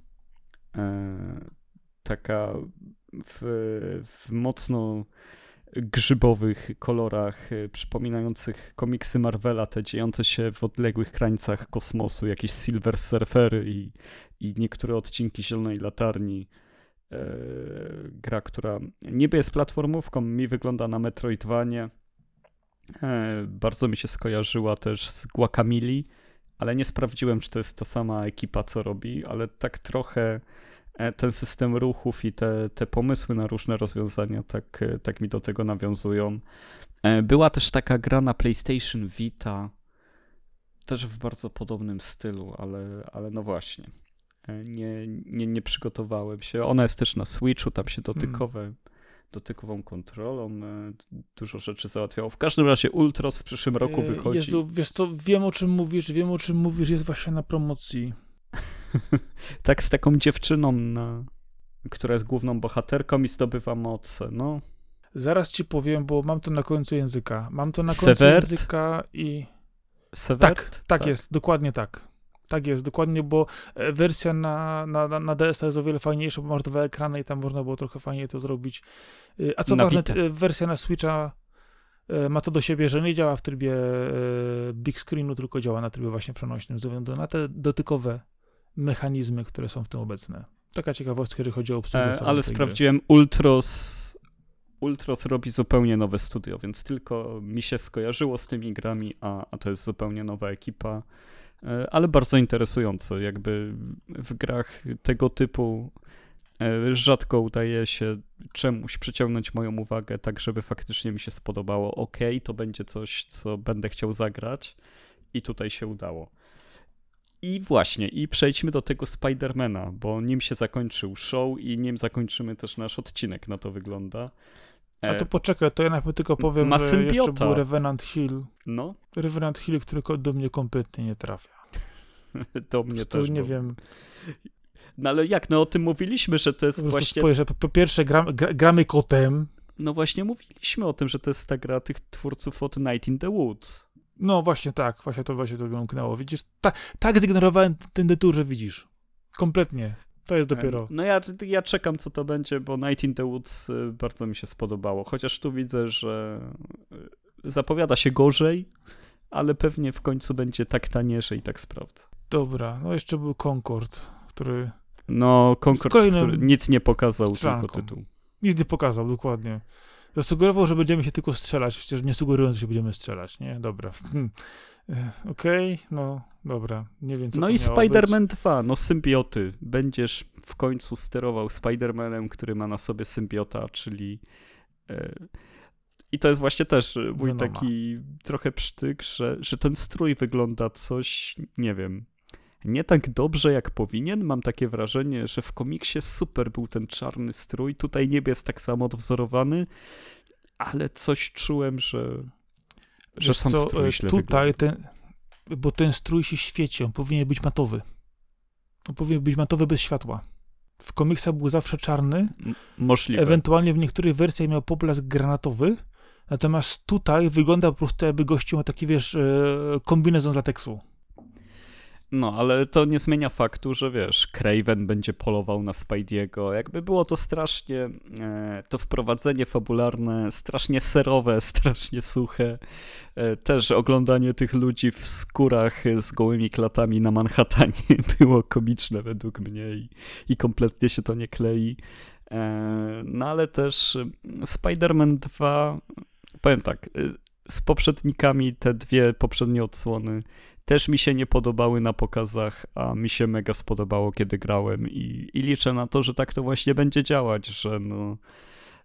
taka w mocno grzybowych kolorach przypominających komiksy Marvela, te dziejące się w odległych krańcach kosmosu, jakieś Silver Surfery i niektóre odcinki Zielonej Latarni. Gra, która niby jest platformówką, mi wygląda na Metroidvanie. Bardzo mi się skojarzyła też z Guacamelee, ale nie sprawdziłem, czy to jest ta sama ekipa, co robi, ale tak trochę ten system ruchów i te pomysły na różne rozwiązania tak mi do tego nawiązują. Była też taka gra na PlayStation Vita, też w bardzo podobnym stylu, ale no właśnie. Nie przygotowałem się. Ona jest też na Switchu, tam się dotykową kontrolą dużo rzeczy załatwiało. W każdym razie Ultros w przyszłym roku wychodzi. Jezu, wiesz co, wiem o czym mówisz, jest właśnie na promocji. Tak, z taką dziewczyną, która jest główną bohaterką i zdobywa moce, no. Zaraz ci powiem, bo mam to na końcu języka. I... Severt? Tak jest, dokładnie tak. Tak jest, dokładnie, bo wersja na DS jest o wiele fajniejsza, bo masz dwa ekrany i tam można było trochę fajniej to zrobić. A co ważne, wersja na Switcha ma to do siebie, że nie działa w trybie big screenu, tylko działa na trybie właśnie przenośnym, ze względu na te dotykowe mechanizmy, które są w tym obecne. Taka ciekawostka, jeżeli chodzi o obsługę. Ale sprawdziłem, Ultros robi zupełnie nowe studio, więc tylko mi się skojarzyło z tymi grami, a to jest zupełnie nowa ekipa, ale bardzo interesujące. Jakby w grach tego typu rzadko udaje się czemuś przyciągnąć moją uwagę tak, żeby faktycznie mi się spodobało. Okej, to będzie coś, co będę chciał zagrać i tutaj się udało. I właśnie, i przejdźmy do tego Spidermana, bo nim się zakończył show i nim zakończymy też nasz odcinek, na to wygląda. A to poczekaj, to ja najpierw tylko powiem, że symbiota. Jeszcze był Revenant Hill. No. Revenant Hill, który do mnie kompletnie nie trafia. Do mnie też. Nie wiem. No ale jak? No o tym mówiliśmy, że to jest właśnie... Spojrzę, po pierwsze gramy kotem. No właśnie mówiliśmy o tym, że to jest ta gra tych twórców od Night in the Woods. No właśnie tak, właśnie to mnie umknęło. Widzisz, tak zignorowałem ten tytuł, że widzisz. Kompletnie. To jest dopiero... No ja czekam, co to będzie, bo Night in the Woods bardzo mi się spodobało. Chociaż tu widzę, że zapowiada się gorzej, ale pewnie w końcu będzie tak taniesze i tak sprawdza. Dobra, no jeszcze był Concord, który... No, Concord, który nic nie pokazał, tylko tytuł. Nic nie pokazał, dokładnie. Zasugerował, że będziemy się tylko strzelać, przecież nie sugerując, że będziemy strzelać, nie? Dobra. Okej, no dobra, nie wiem co no to i Spider-Man być. 2, no symbioty. Będziesz w końcu sterował Spider-Manem, który ma na sobie symbiota, czyli... I to jest właśnie też mój Venoma. taki trochę psztyk, że ten strój wygląda coś, nie wiem, nie tak dobrze jak powinien. Mam takie wrażenie, że w komiksie super był ten czarny strój, tutaj niebie jest tak samo odwzorowany, ale coś czułem, że sam strój źle tutaj wygląda. Bo ten strój się świeci, on powinien być matowy. On powinien być matowy bez światła. W komiksach był zawsze czarny. Możliwe. Ewentualnie w niektórych wersjach miał poblask granatowy, natomiast tutaj wygląda po prostu jakby gościu ma taki, wiesz, kombinezon z lateksu. No, ale to nie zmienia faktu, że wiesz, Kraven będzie polował na Spidey'ego. Jakby było to strasznie, to wprowadzenie fabularne, strasznie serowe, strasznie suche. Też oglądanie tych ludzi w skórach z gołymi klatami na Manhattanie było komiczne według mnie i kompletnie się to nie klei. No ale też Spider-Man 2, powiem tak, z poprzednikami te dwie poprzednie odsłony też mi się nie podobały na pokazach, a mi się mega spodobało, kiedy grałem i liczę na to, że tak to właśnie będzie działać, że no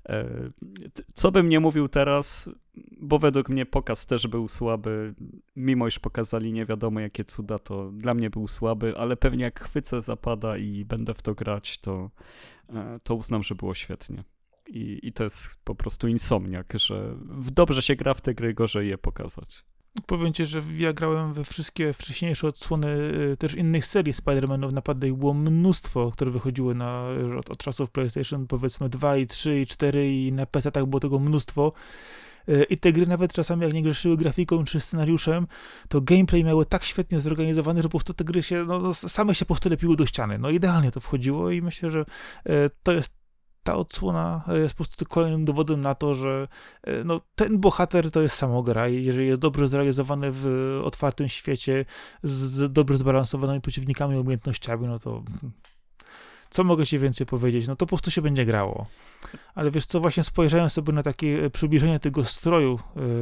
Co bym nie mówił teraz, bo według mnie pokaz też był słaby, mimo iż pokazali nie wiadomo jakie cuda, to dla mnie był słaby, ale pewnie jak chwycę zapada i będę w to grać, to uznam, że było świetnie. I to jest po prostu insomniak, że dobrze się gra w te gry, gorzej je pokazać. Powiem ci, że ja grałem we wszystkie wcześniejsze odsłony też innych serii Spider-Manów. Naprawdę ich było mnóstwo, które wychodziły od czasów PlayStation, powiedzmy 2 i 3 i 4 i na PC-tach było tego mnóstwo. I te gry nawet czasami jak nie grzeszyły grafiką czy scenariuszem, to gameplay miały tak świetnie zorganizowany, że po prostu te gry się, same się po prostu lepiły do ściany. No idealnie to wchodziło i myślę, że to jest ta odsłona jest po prostu kolejnym dowodem na to, że ten bohater to jest samogra i jeżeli jest dobrze zrealizowany w otwartym świecie z dobrze zbalansowanymi przeciwnikami i umiejętnościami, no to co mogę ci więcej powiedzieć? No to po prostu się będzie grało. Ale wiesz co, właśnie spojrzałem sobie na takie przybliżenie tego stroju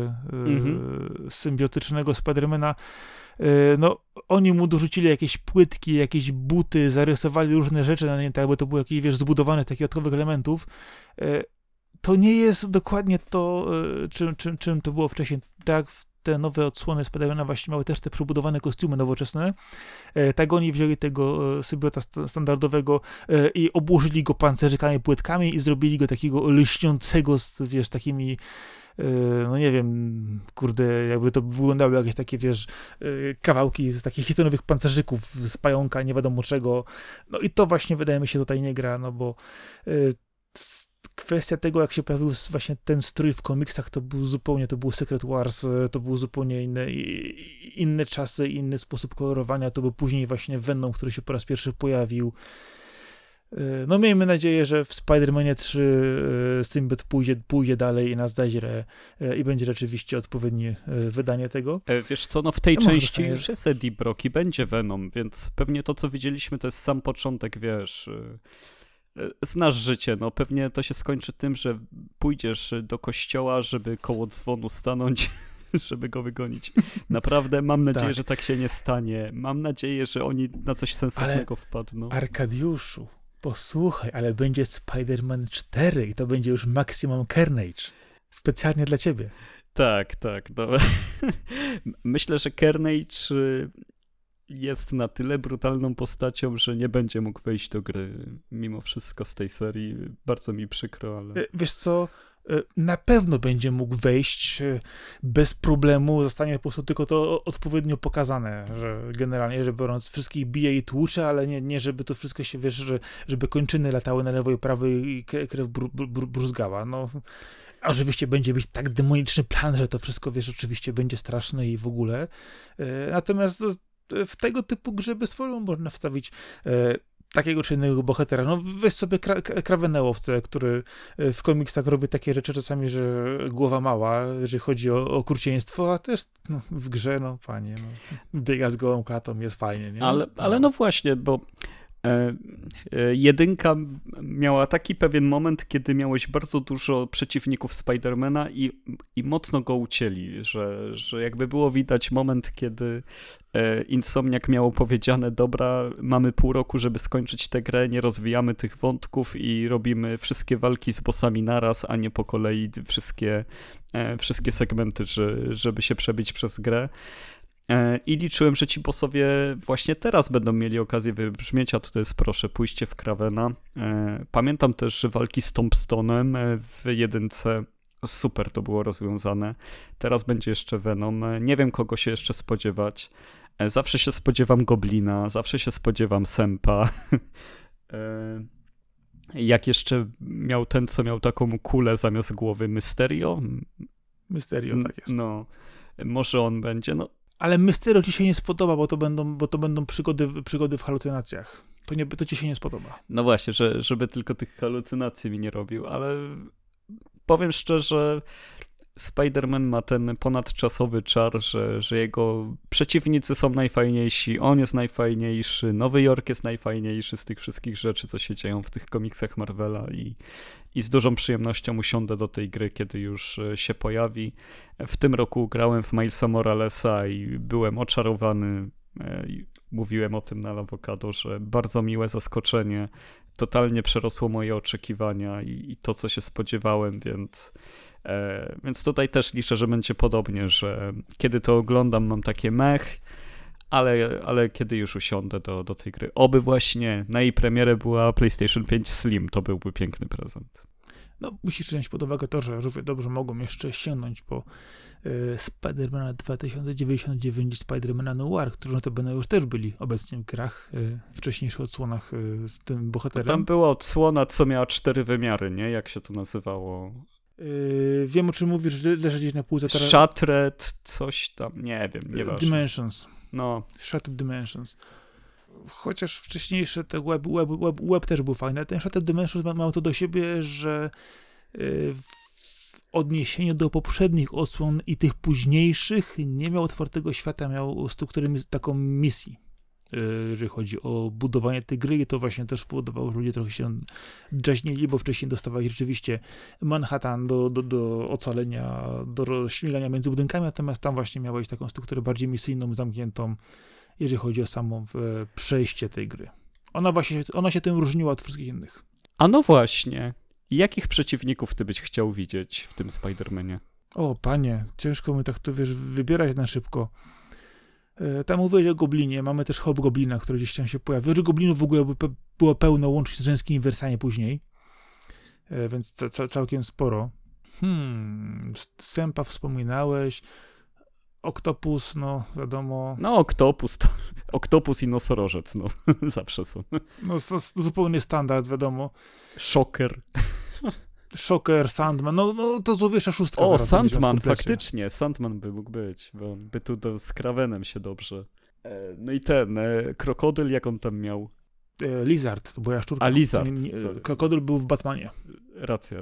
symbiotycznego Spidermana, oni mu dorzucili jakieś płytki, jakieś buty, zarysowali różne rzeczy na nie, tak jakby to było jakieś, zbudowane z takich dodatkowych elementów. To nie jest dokładnie to, czym to było wcześniej. Tak, te nowe odsłony Spidermana właśnie miały też te przebudowane kostiumy nowoczesne. Tak oni wzięli tego symbiota standardowego i obłożyli go pancerzykami, płytkami i zrobili go takiego lśniącego z, takimi nie wiem, kurde, jakby to wyglądały jakieś takie, kawałki z takich hitonowych pancerzyków z pająka, nie wiadomo czego. No i to właśnie wydaje mi się tutaj nie gra, no bo kwestia tego, jak się pojawił właśnie ten strój w komiksach, to był Secret Wars, to był zupełnie inne czasy, inny sposób kolorowania, to był później właśnie Venom, który się po raz pierwszy pojawił. No miejmy nadzieję, że w Spider-Manie 3 Symbiot pójdzie dalej i nas zaźre i będzie rzeczywiście odpowiednie wydanie tego. Wiesz co, w tej części już jest Eddie Brock i będzie Venom, więc pewnie to, co widzieliśmy, to jest sam początek, znasz życie, pewnie to się skończy tym, że pójdziesz do kościoła, żeby koło dzwonu stanąć, żeby go wygonić. Naprawdę mam nadzieję, że tak się nie stanie. Mam nadzieję, że oni na coś sensownego wpadną. Arkadiuszu, posłuchaj, ale będzie Spider-Man 4 i to będzie już Maximum Carnage. Specjalnie dla ciebie. Tak. Myślę, że Carnage jest na tyle brutalną postacią, że nie będzie mógł wejść do gry mimo wszystko z tej serii. Bardzo mi przykro, ale... Wiesz co, na pewno będzie mógł wejść bez problemu, zostanie po prostu tylko to odpowiednio pokazane, że generalnie, że biorąc wszystkich bije i tłucze, ale nie żeby to wszystko się, żeby kończyny latały na lewo i prawo i krew bruzgała. Oczywiście będzie być tak demoniczny plan, że to wszystko, oczywiście będzie straszne i w ogóle. Natomiast w tego typu grze bez problemu można wstawić takiego czy innego bohatera. Weź sobie Kravenałowcę, który w komiksach robi takie rzeczy czasami, że głowa mała, jeżeli chodzi o okrucieństwo, a też w grze, panie, biega z gołą klatą, jest fajnie, nie? Ale właśnie, bo jedynka miała taki pewien moment, kiedy miałeś bardzo dużo przeciwników Spidermana i mocno go ucięli, że jakby było widać moment, kiedy Insomniac miało powiedziane, dobra, mamy pół roku, żeby skończyć tę grę, nie rozwijamy tych wątków i robimy wszystkie walki z bossami naraz, a nie po kolei wszystkie segmenty, żeby się przebić przez grę. I liczyłem, że ci bossowie właśnie teraz będą mieli okazję wybrzmieć, a to jest proszę, pójście w Kravena. Pamiętam też walki z Tombstone'em w jedynce. Super to było rozwiązane. Teraz będzie jeszcze Venom. Nie wiem, kogo się jeszcze spodziewać. Zawsze się spodziewam Goblina, zawsze się spodziewam Sempa. Jak jeszcze miał ten, co miał taką kulę zamiast głowy, Mysterio? Mysterio, tak jest. Może on będzie, Ale Mysterio ci się nie spodoba, bo to będą przygody w halucynacjach. To ci się nie spodoba. No właśnie, żeby tylko tych halucynacji mi nie robił, ale powiem szczerze, Spider-Man ma ten ponadczasowy czar, że jego przeciwnicy są najfajniejsi, on jest najfajniejszy, Nowy Jork jest najfajniejszy z tych wszystkich rzeczy, co się dzieją w tych komiksach Marvela i z dużą przyjemnością usiądę do tej gry, kiedy już się pojawi. W tym roku grałem w Milesa Moralesa i byłem oczarowany. Mówiłem o tym na Lawokado, że bardzo miłe zaskoczenie, totalnie przerosło moje oczekiwania i to, co się spodziewałem, więc tutaj też liczę, że będzie podobnie, że kiedy to oglądam, mam takie mech, ale kiedy już usiądę do tej gry. Oby właśnie na jej premierę była PlayStation 5 Slim, to byłby piękny prezent. No, musisz wziąć pod uwagę to, że równie dobrze mogą jeszcze sięgnąć po Spider-Mana 2099 i Spider-Mana Noir, którzy to będą już też byli obecnie w grach, wcześniejszych odsłonach z tym bohaterem. Tam była odsłona, co miała 4 wymiary, nie? Jak się to nazywało? Wiem, o czym mówisz, że leży gdzieś na półce teraz. Shattered, coś tam, nie wiem, nieważne. Dimensions. No. Shattered Dimensions. Chociaż wcześniejsze te web też był fajny. Ten Shattered Dimensions ma to do siebie, że w odniesieniu do poprzednich odsłon i tych późniejszych nie miał otwartego świata, miał strukturę taką misji, jeżeli chodzi o budowanie tej gry, i to właśnie też spowodowało, że ludzie trochę się drzeźnili, bo wcześniej dostawali rzeczywiście Manhattan do ocalenia, do śmigania między budynkami, natomiast tam właśnie miałeś taką strukturę bardziej misyjną, zamkniętą, jeżeli chodzi o samo przejście tej gry. Ona się tym różniła od wszystkich innych. A no właśnie, jakich przeciwników ty byś chciał widzieć w tym Spider-Manie? O, panie, ciężko mi tak to, wiesz, wybierać na szybko. Tam mówię o Goblinie, mamy też Hobgoblina, który gdzieś tam się pojawia. Goblinów w ogóle było pełno, łącznie z żeńskimi wersjami później, więc całkiem sporo. Sępa wspominałeś, Oktopus, no wiadomo. No Oktopus i nosorożec, no zawsze są. No to zupełnie standard, wiadomo. Shocker, Sandman, no to złowiesza szóstka. O, Sandman, faktycznie, Sandman by mógł być, bo by tu z Kravenem się dobrze. No i ten, krokodyl, jak on tam miał? Lizard, to była jaszczurka. A, Lizard. Krokodyl był w Batmanie. Racja.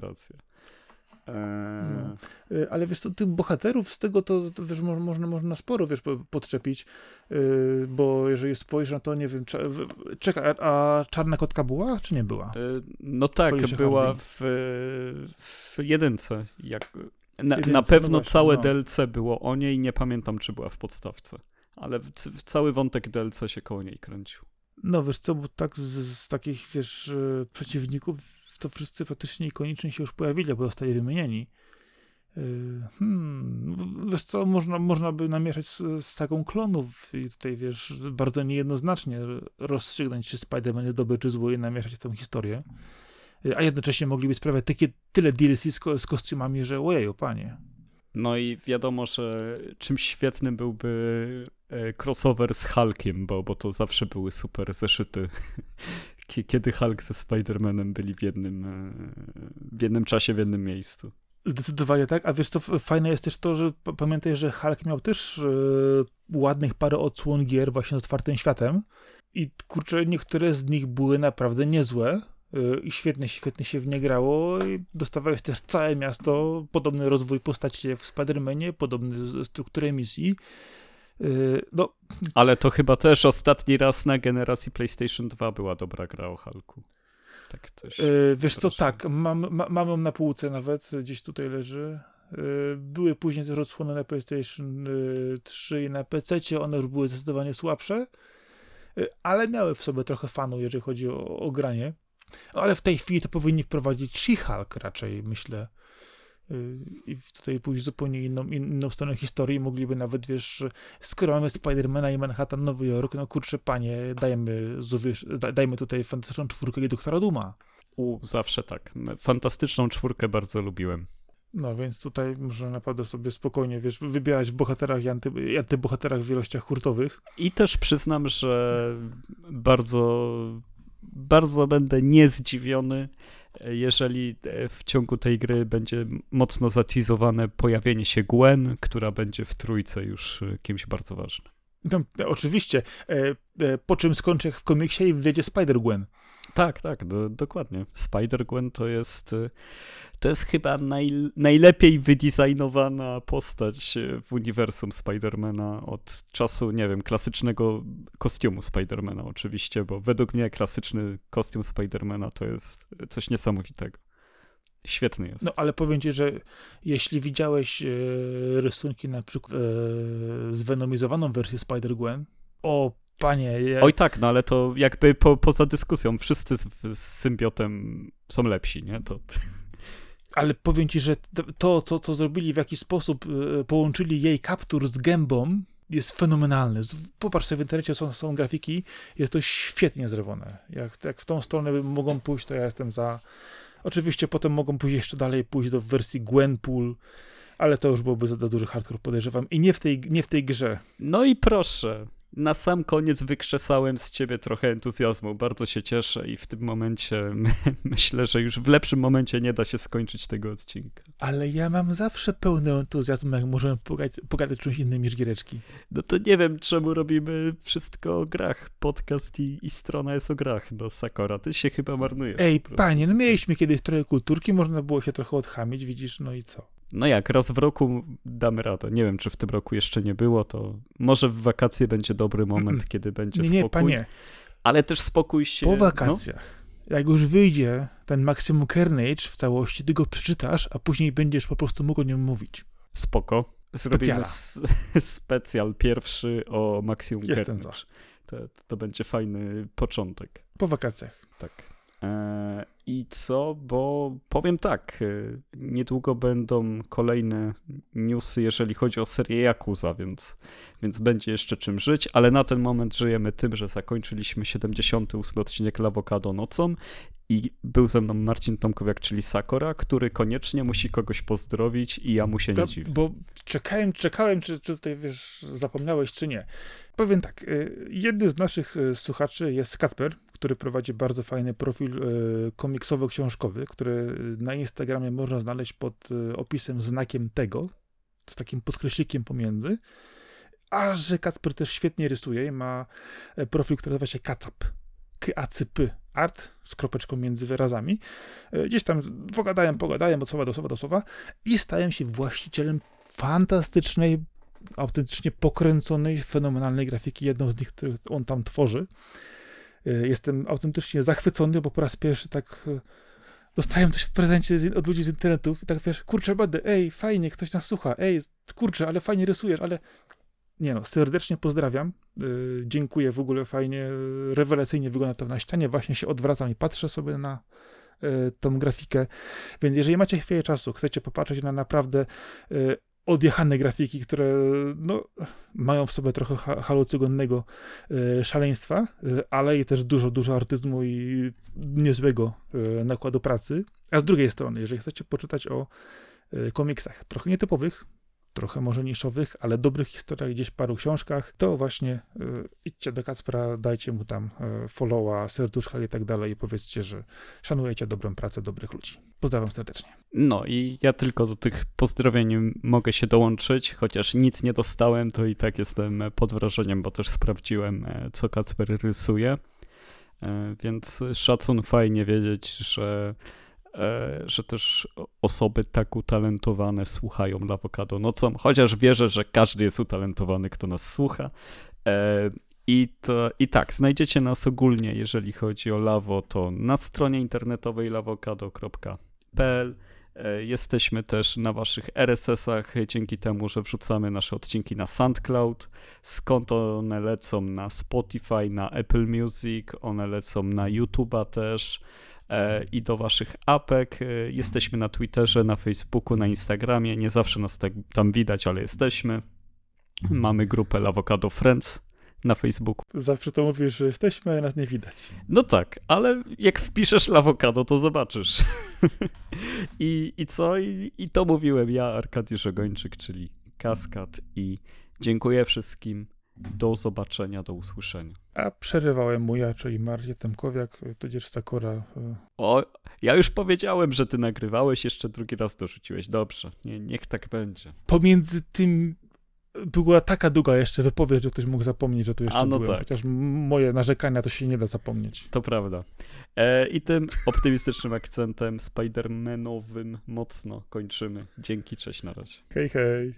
No. Ale wiesz, to tych bohaterów z tego to wiesz, można sporo, wiesz, podczepić, bo jeżeli spojrzysz na to, nie wiem, czekaj, a Czarna Kotka była, czy nie była? No tak, była w jedynce. Na pewno no właśnie, całe DLC było o niej, nie pamiętam, czy była w podstawce, ale cały wątek DLC się koło niej kręcił. No wiesz co, bo tak z takich, wiesz, przeciwników to wszyscy praktycznie ikonicznie się już pojawili, bo zostali wymienieni. Wiesz co, można by namieszać z taką klonów i tutaj, wiesz, bardzo niejednoznacznie rozstrzygnąć, czy Spider-Man jest dobry, czy zły, i namieszać tę historię. A jednocześnie mogliby sprawiać tyle DLC z kostiumami, że ojeju, panie. No i wiadomo, że czymś świetnym byłby crossover z Hulkiem, bo to zawsze były super zeszyty. Kiedy Hulk ze Spider-Manem byli w jednym czasie, w jednym miejscu. Zdecydowanie tak, a wiesz co, fajne jest też to, że pamiętaj, że Hulk miał też ładnych parę odsłon gier właśnie z otwartym światem i kurczę, niektóre z nich były naprawdę niezłe i świetnie się w nie grało i dostawałeś też całe miasto, podobny rozwój postaci jak w Spider-Manie, podobny strukturę misji. No. Ale to chyba też ostatni raz na generacji PlayStation 2 była dobra gra o Hulku. Tak też. Wiesz co, tak, mam ją na półce nawet, gdzieś tutaj leży. Były później też odsłony na PlayStation 3 i na PC-cie, one już były zdecydowanie słabsze, ale miały w sobie trochę fanu, jeżeli chodzi o granie. No, ale w tej chwili to powinni wprowadzić She-Hulk raczej, myślę. I tutaj pójść zupełnie inną stronę historii. Mogliby nawet, wiesz, skoro mamy Spidermana i Manhattan, Nowy Jork, no kurczę, panie, dajmy tutaj fantastyczną czwórkę i Doktora Dooma. Zawsze tak. Fantastyczną czwórkę bardzo lubiłem. No, więc tutaj można naprawdę sobie spokojnie, wiesz, wybierać w bohaterach i antybohaterach w wielościach hurtowych. I też przyznam, że bardzo będę niezdziwiony, jeżeli w ciągu tej gry będzie mocno zateasowane pojawienie się Gwen, która będzie w trójce już kimś bardzo ważnym. No, oczywiście. Po czym skończy jak w komiksie i wjedzie Spider-Gwen. Tak, dokładnie. Spider-Gwen to jest chyba najlepiej wydizajnowana postać w uniwersum Spidermana od czasu, nie wiem, klasycznego kostiumu Spidermana oczywiście, bo według mnie klasyczny kostium Spidermana to jest coś niesamowitego. Świetny jest. No ale powiem ci, że jeśli widziałeś rysunki na przykład zwenomizowaną wersję Spider-Gwen, o panie... Oj tak, no ale to jakby poza dyskusją, wszyscy z symbiotem są lepsi, nie? To... Ale powiem ci, że to, co zrobili, w jaki sposób połączyli jej kaptur z gębą, jest fenomenalne. Popatrz sobie w internecie, są grafiki, jest to świetnie zrobione. Jak w tą stronę mogą pójść, to ja jestem za... Oczywiście potem mogą pójść jeszcze dalej, pójść do wersji Gwenpool, ale to już byłoby za duży hardcore, podejrzewam. I nie w tej grze. No i proszę, na sam koniec wykrzesałem z ciebie trochę entuzjazmu. Bardzo się cieszę i w tym momencie myślę, że już w lepszym momencie nie da się skończyć tego odcinka. Ale ja mam zawsze pełny entuzjazm, jak możemy pogadać czymś innym niż giereczki. No to nie wiem, czemu robimy wszystko o grach. Podcast i strona jest o grach. No Sakura, ty się chyba marnujesz. Ej, panie, no mieliśmy kiedyś trochę kulturki, można było się trochę odchamić, widzisz, no i co? No jak, raz w roku damy radę. Nie wiem, czy w tym roku jeszcze nie było, to może w wakacje będzie dobry moment, kiedy będzie spokój. Nie, panie. Ale też spokój się... Po wakacjach, jak już wyjdzie ten Maximum Carnage w całości, ty go przeczytasz, a później będziesz po prostu mógł o nim mówić. Spoko. Zrobimy specjal pierwszy o Maximum Carnage. To będzie fajny początek. Po wakacjach. Tak. I co? Bo powiem tak, niedługo będą kolejne newsy, jeżeli chodzi o serię Yakuza, więc będzie jeszcze czym żyć, ale na ten moment żyjemy tym, że zakończyliśmy 78 odcinek Lawokado nocą i był ze mną Marcin Tomkowiak, czyli Sakura, który koniecznie musi kogoś pozdrowić i ja mu się nie dziwię. Bo czekałem, czy tutaj, wiesz, zapomniałeś, czy nie. Powiem tak, jednym z naszych słuchaczy jest Kacper, który prowadzi bardzo fajny profil komiksowo-książkowy, który na Instagramie można znaleźć pod opisem znakiem tego, z takim podkreślikiem pomiędzy, a że Kacper też świetnie rysuje, ma profil, który nazywa się Kacap, K-A-C-P, art, z kropeczką między wyrazami. Gdzieś tam pogadałem od słowa do słowa i stałem się właścicielem fantastycznej, autentycznie pokręconej, fenomenalnej grafiki, jedną z nich, którą on tam tworzy. Jestem autentycznie zachwycony, bo po raz pierwszy tak dostałem coś w prezencie od ludzi z internetów i tak wiesz, kurczę będę, ej, fajnie, ktoś nas słucha, ej, kurczę, ale fajnie rysujesz, ale nie no, serdecznie pozdrawiam, dziękuję, w ogóle fajnie, rewelacyjnie wygląda to na ścianie, właśnie się odwracam i patrzę sobie na tą grafikę, więc jeżeli macie chwilę czasu, chcecie popatrzeć na naprawdę odjechane grafiki, które no, mają w sobie trochę halucygonnego szaleństwa, ale i też dużo artyzmu i niezłego nakładu pracy. A z drugiej strony, jeżeli chcecie poczytać o komiksach trochę nietypowych, trochę może niszowych, ale dobrych historiach, gdzieś w paru książkach, to właśnie idźcie do Kacpra, dajcie mu tam followa, serduszka i tak dalej i powiedzcie, że szanujecie dobrą pracę dobrych ludzi. Pozdrawiam serdecznie. No i ja tylko do tych pozdrowień mogę się dołączyć, chociaż nic nie dostałem, to i tak jestem pod wrażeniem, bo też sprawdziłem, co Kacper rysuje, więc szacun, fajnie wiedzieć, że też osoby tak utalentowane słuchają Lawokado nocą, chociaż wierzę, że każdy jest utalentowany, kto nas słucha. I tak, znajdziecie nas ogólnie, jeżeli chodzi o Lawo, to na stronie internetowej lawokado.pl. Jesteśmy też na waszych RSS-ach, dzięki temu, że wrzucamy nasze odcinki na SoundCloud. Skąd one lecą na Spotify, na Apple Music, one lecą na YouTube'a też. I do waszych apek. Jesteśmy na Twitterze, na Facebooku, na Instagramie. Nie zawsze nas tam widać, ale jesteśmy. Mamy grupę Lawokado Friends na Facebooku. Zawsze to mówisz, że jesteśmy, ale nas nie widać. No tak, ale jak wpiszesz Lawokado, to zobaczysz. I co? I to mówiłem ja, Arkadiusz Ogończyk, czyli Kaskad, i dziękuję wszystkim. Do zobaczenia, do usłyszenia. A przerywałem mu ja, czyli Marcin Tomkowiak, tudzież Sakura. O, ja już powiedziałem, że ty nagrywałeś, jeszcze drugi raz dorzuciłeś. Dobrze, niech tak będzie. Pomiędzy tym była taka długa jeszcze wypowiedź, że ktoś mógł zapomnieć, że tu jeszcze no byłem. tak. Chociaż moje narzekania to się nie da zapomnieć. To prawda. I tym optymistycznym akcentem Spider-Manowym mocno kończymy. Dzięki, cześć, na razie. Hej, hej.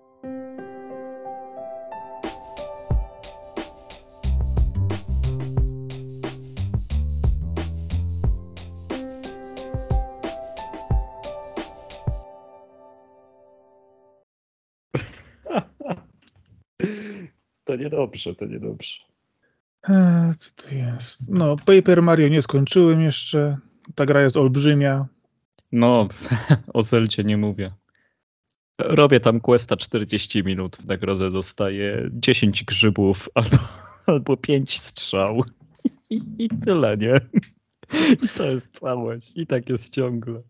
To niedobrze, to niedobrze. Co to jest? No, Paper Mario nie skończyłem jeszcze. Ta gra jest olbrzymia. No, o Zeldzie nie mówię. Robię tam questa 40 minut, w nagrodę dostaję 10 grzybów albo 5 strzał. I tyle, nie? I to jest całość. I tak jest ciągle.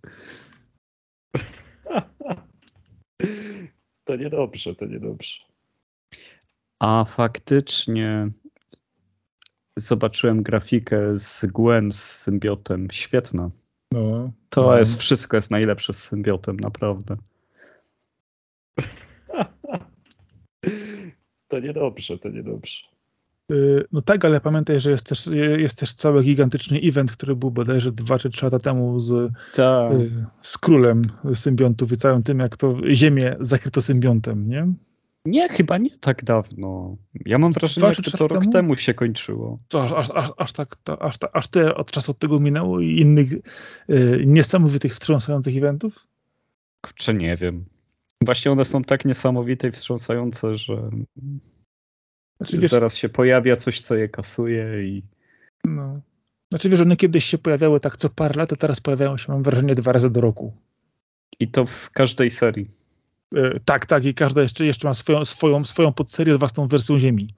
To niedobrze, to niedobrze. A faktycznie zobaczyłem grafikę z Gwen z symbiotem. Świetna. No, To jest wszystko jest najlepsze z symbiotem, naprawdę. To niedobrze, to niedobrze. No tak, ale pamiętaj, że jest też cały gigantyczny event, który był bodajże 2 czy 3 lata temu z królem symbiontów i całym tym, jak to Ziemię zakryto symbiontem, nie? Nie, chyba nie tak dawno. Ja mam wrażenie, że to rok temu się kończyło. Co, aż tyle od czasu od tego minęło i innych niesamowitych, wstrząsających eventów? Kurczę, nie wiem. Właśnie one są tak niesamowite i wstrząsające, że Znaczy, zaraz się pojawia coś, co je kasuje i... No. Znaczy wiesz, one kiedyś się pojawiały tak co parę lat, a teraz pojawiają się, mam wrażenie, 2 razy do roku. I to w każdej serii. Tak, i każda jeszcze ma swoją podserię z własną wersją Ziemi.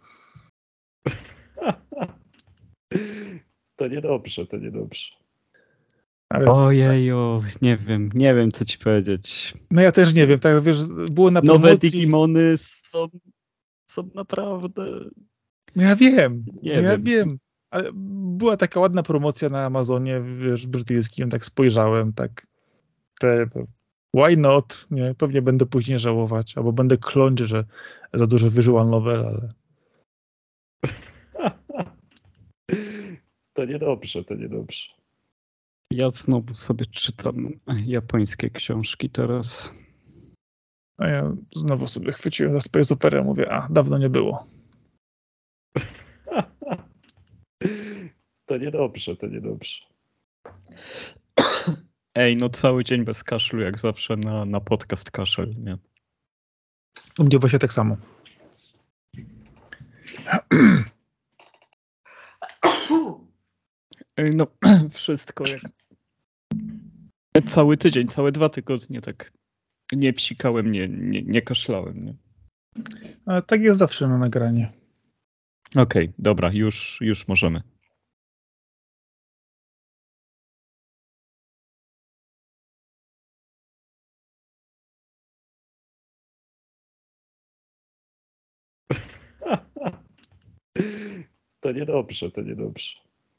To niedobrze, to niedobrze. Ale... Ojeju, nie wiem co ci powiedzieć. No ja też nie wiem, tak wiesz, było na promocji... Nowe Digimony są naprawdę... No ja wiem, ja wiem. Ale była taka ładna promocja na Amazonie, wiesz, brytyjskim, tak spojrzałem, tak why not? Nie, pewnie będę później żałować, albo będę kląć, że za dużo visual novel, ale... To niedobrze, to niedobrze. Ja znowu sobie czytam japońskie książki teraz. A ja znowu sobie chwyciłem za Space Opera, mówię, dawno nie było. To niedobrze, to niedobrze. Ej, no cały dzień bez kaszlu, jak zawsze na podcast kaszel, nie? U mnie właśnie tak samo. Ej, no wszystko jak... Cały tydzień, całe 2 tygodnie tak nie psikałem, nie kaszlałem, nie? Ale tak jest zawsze na nagranie. Okej, dobra, już możemy. To niedobrze, to niedobrze.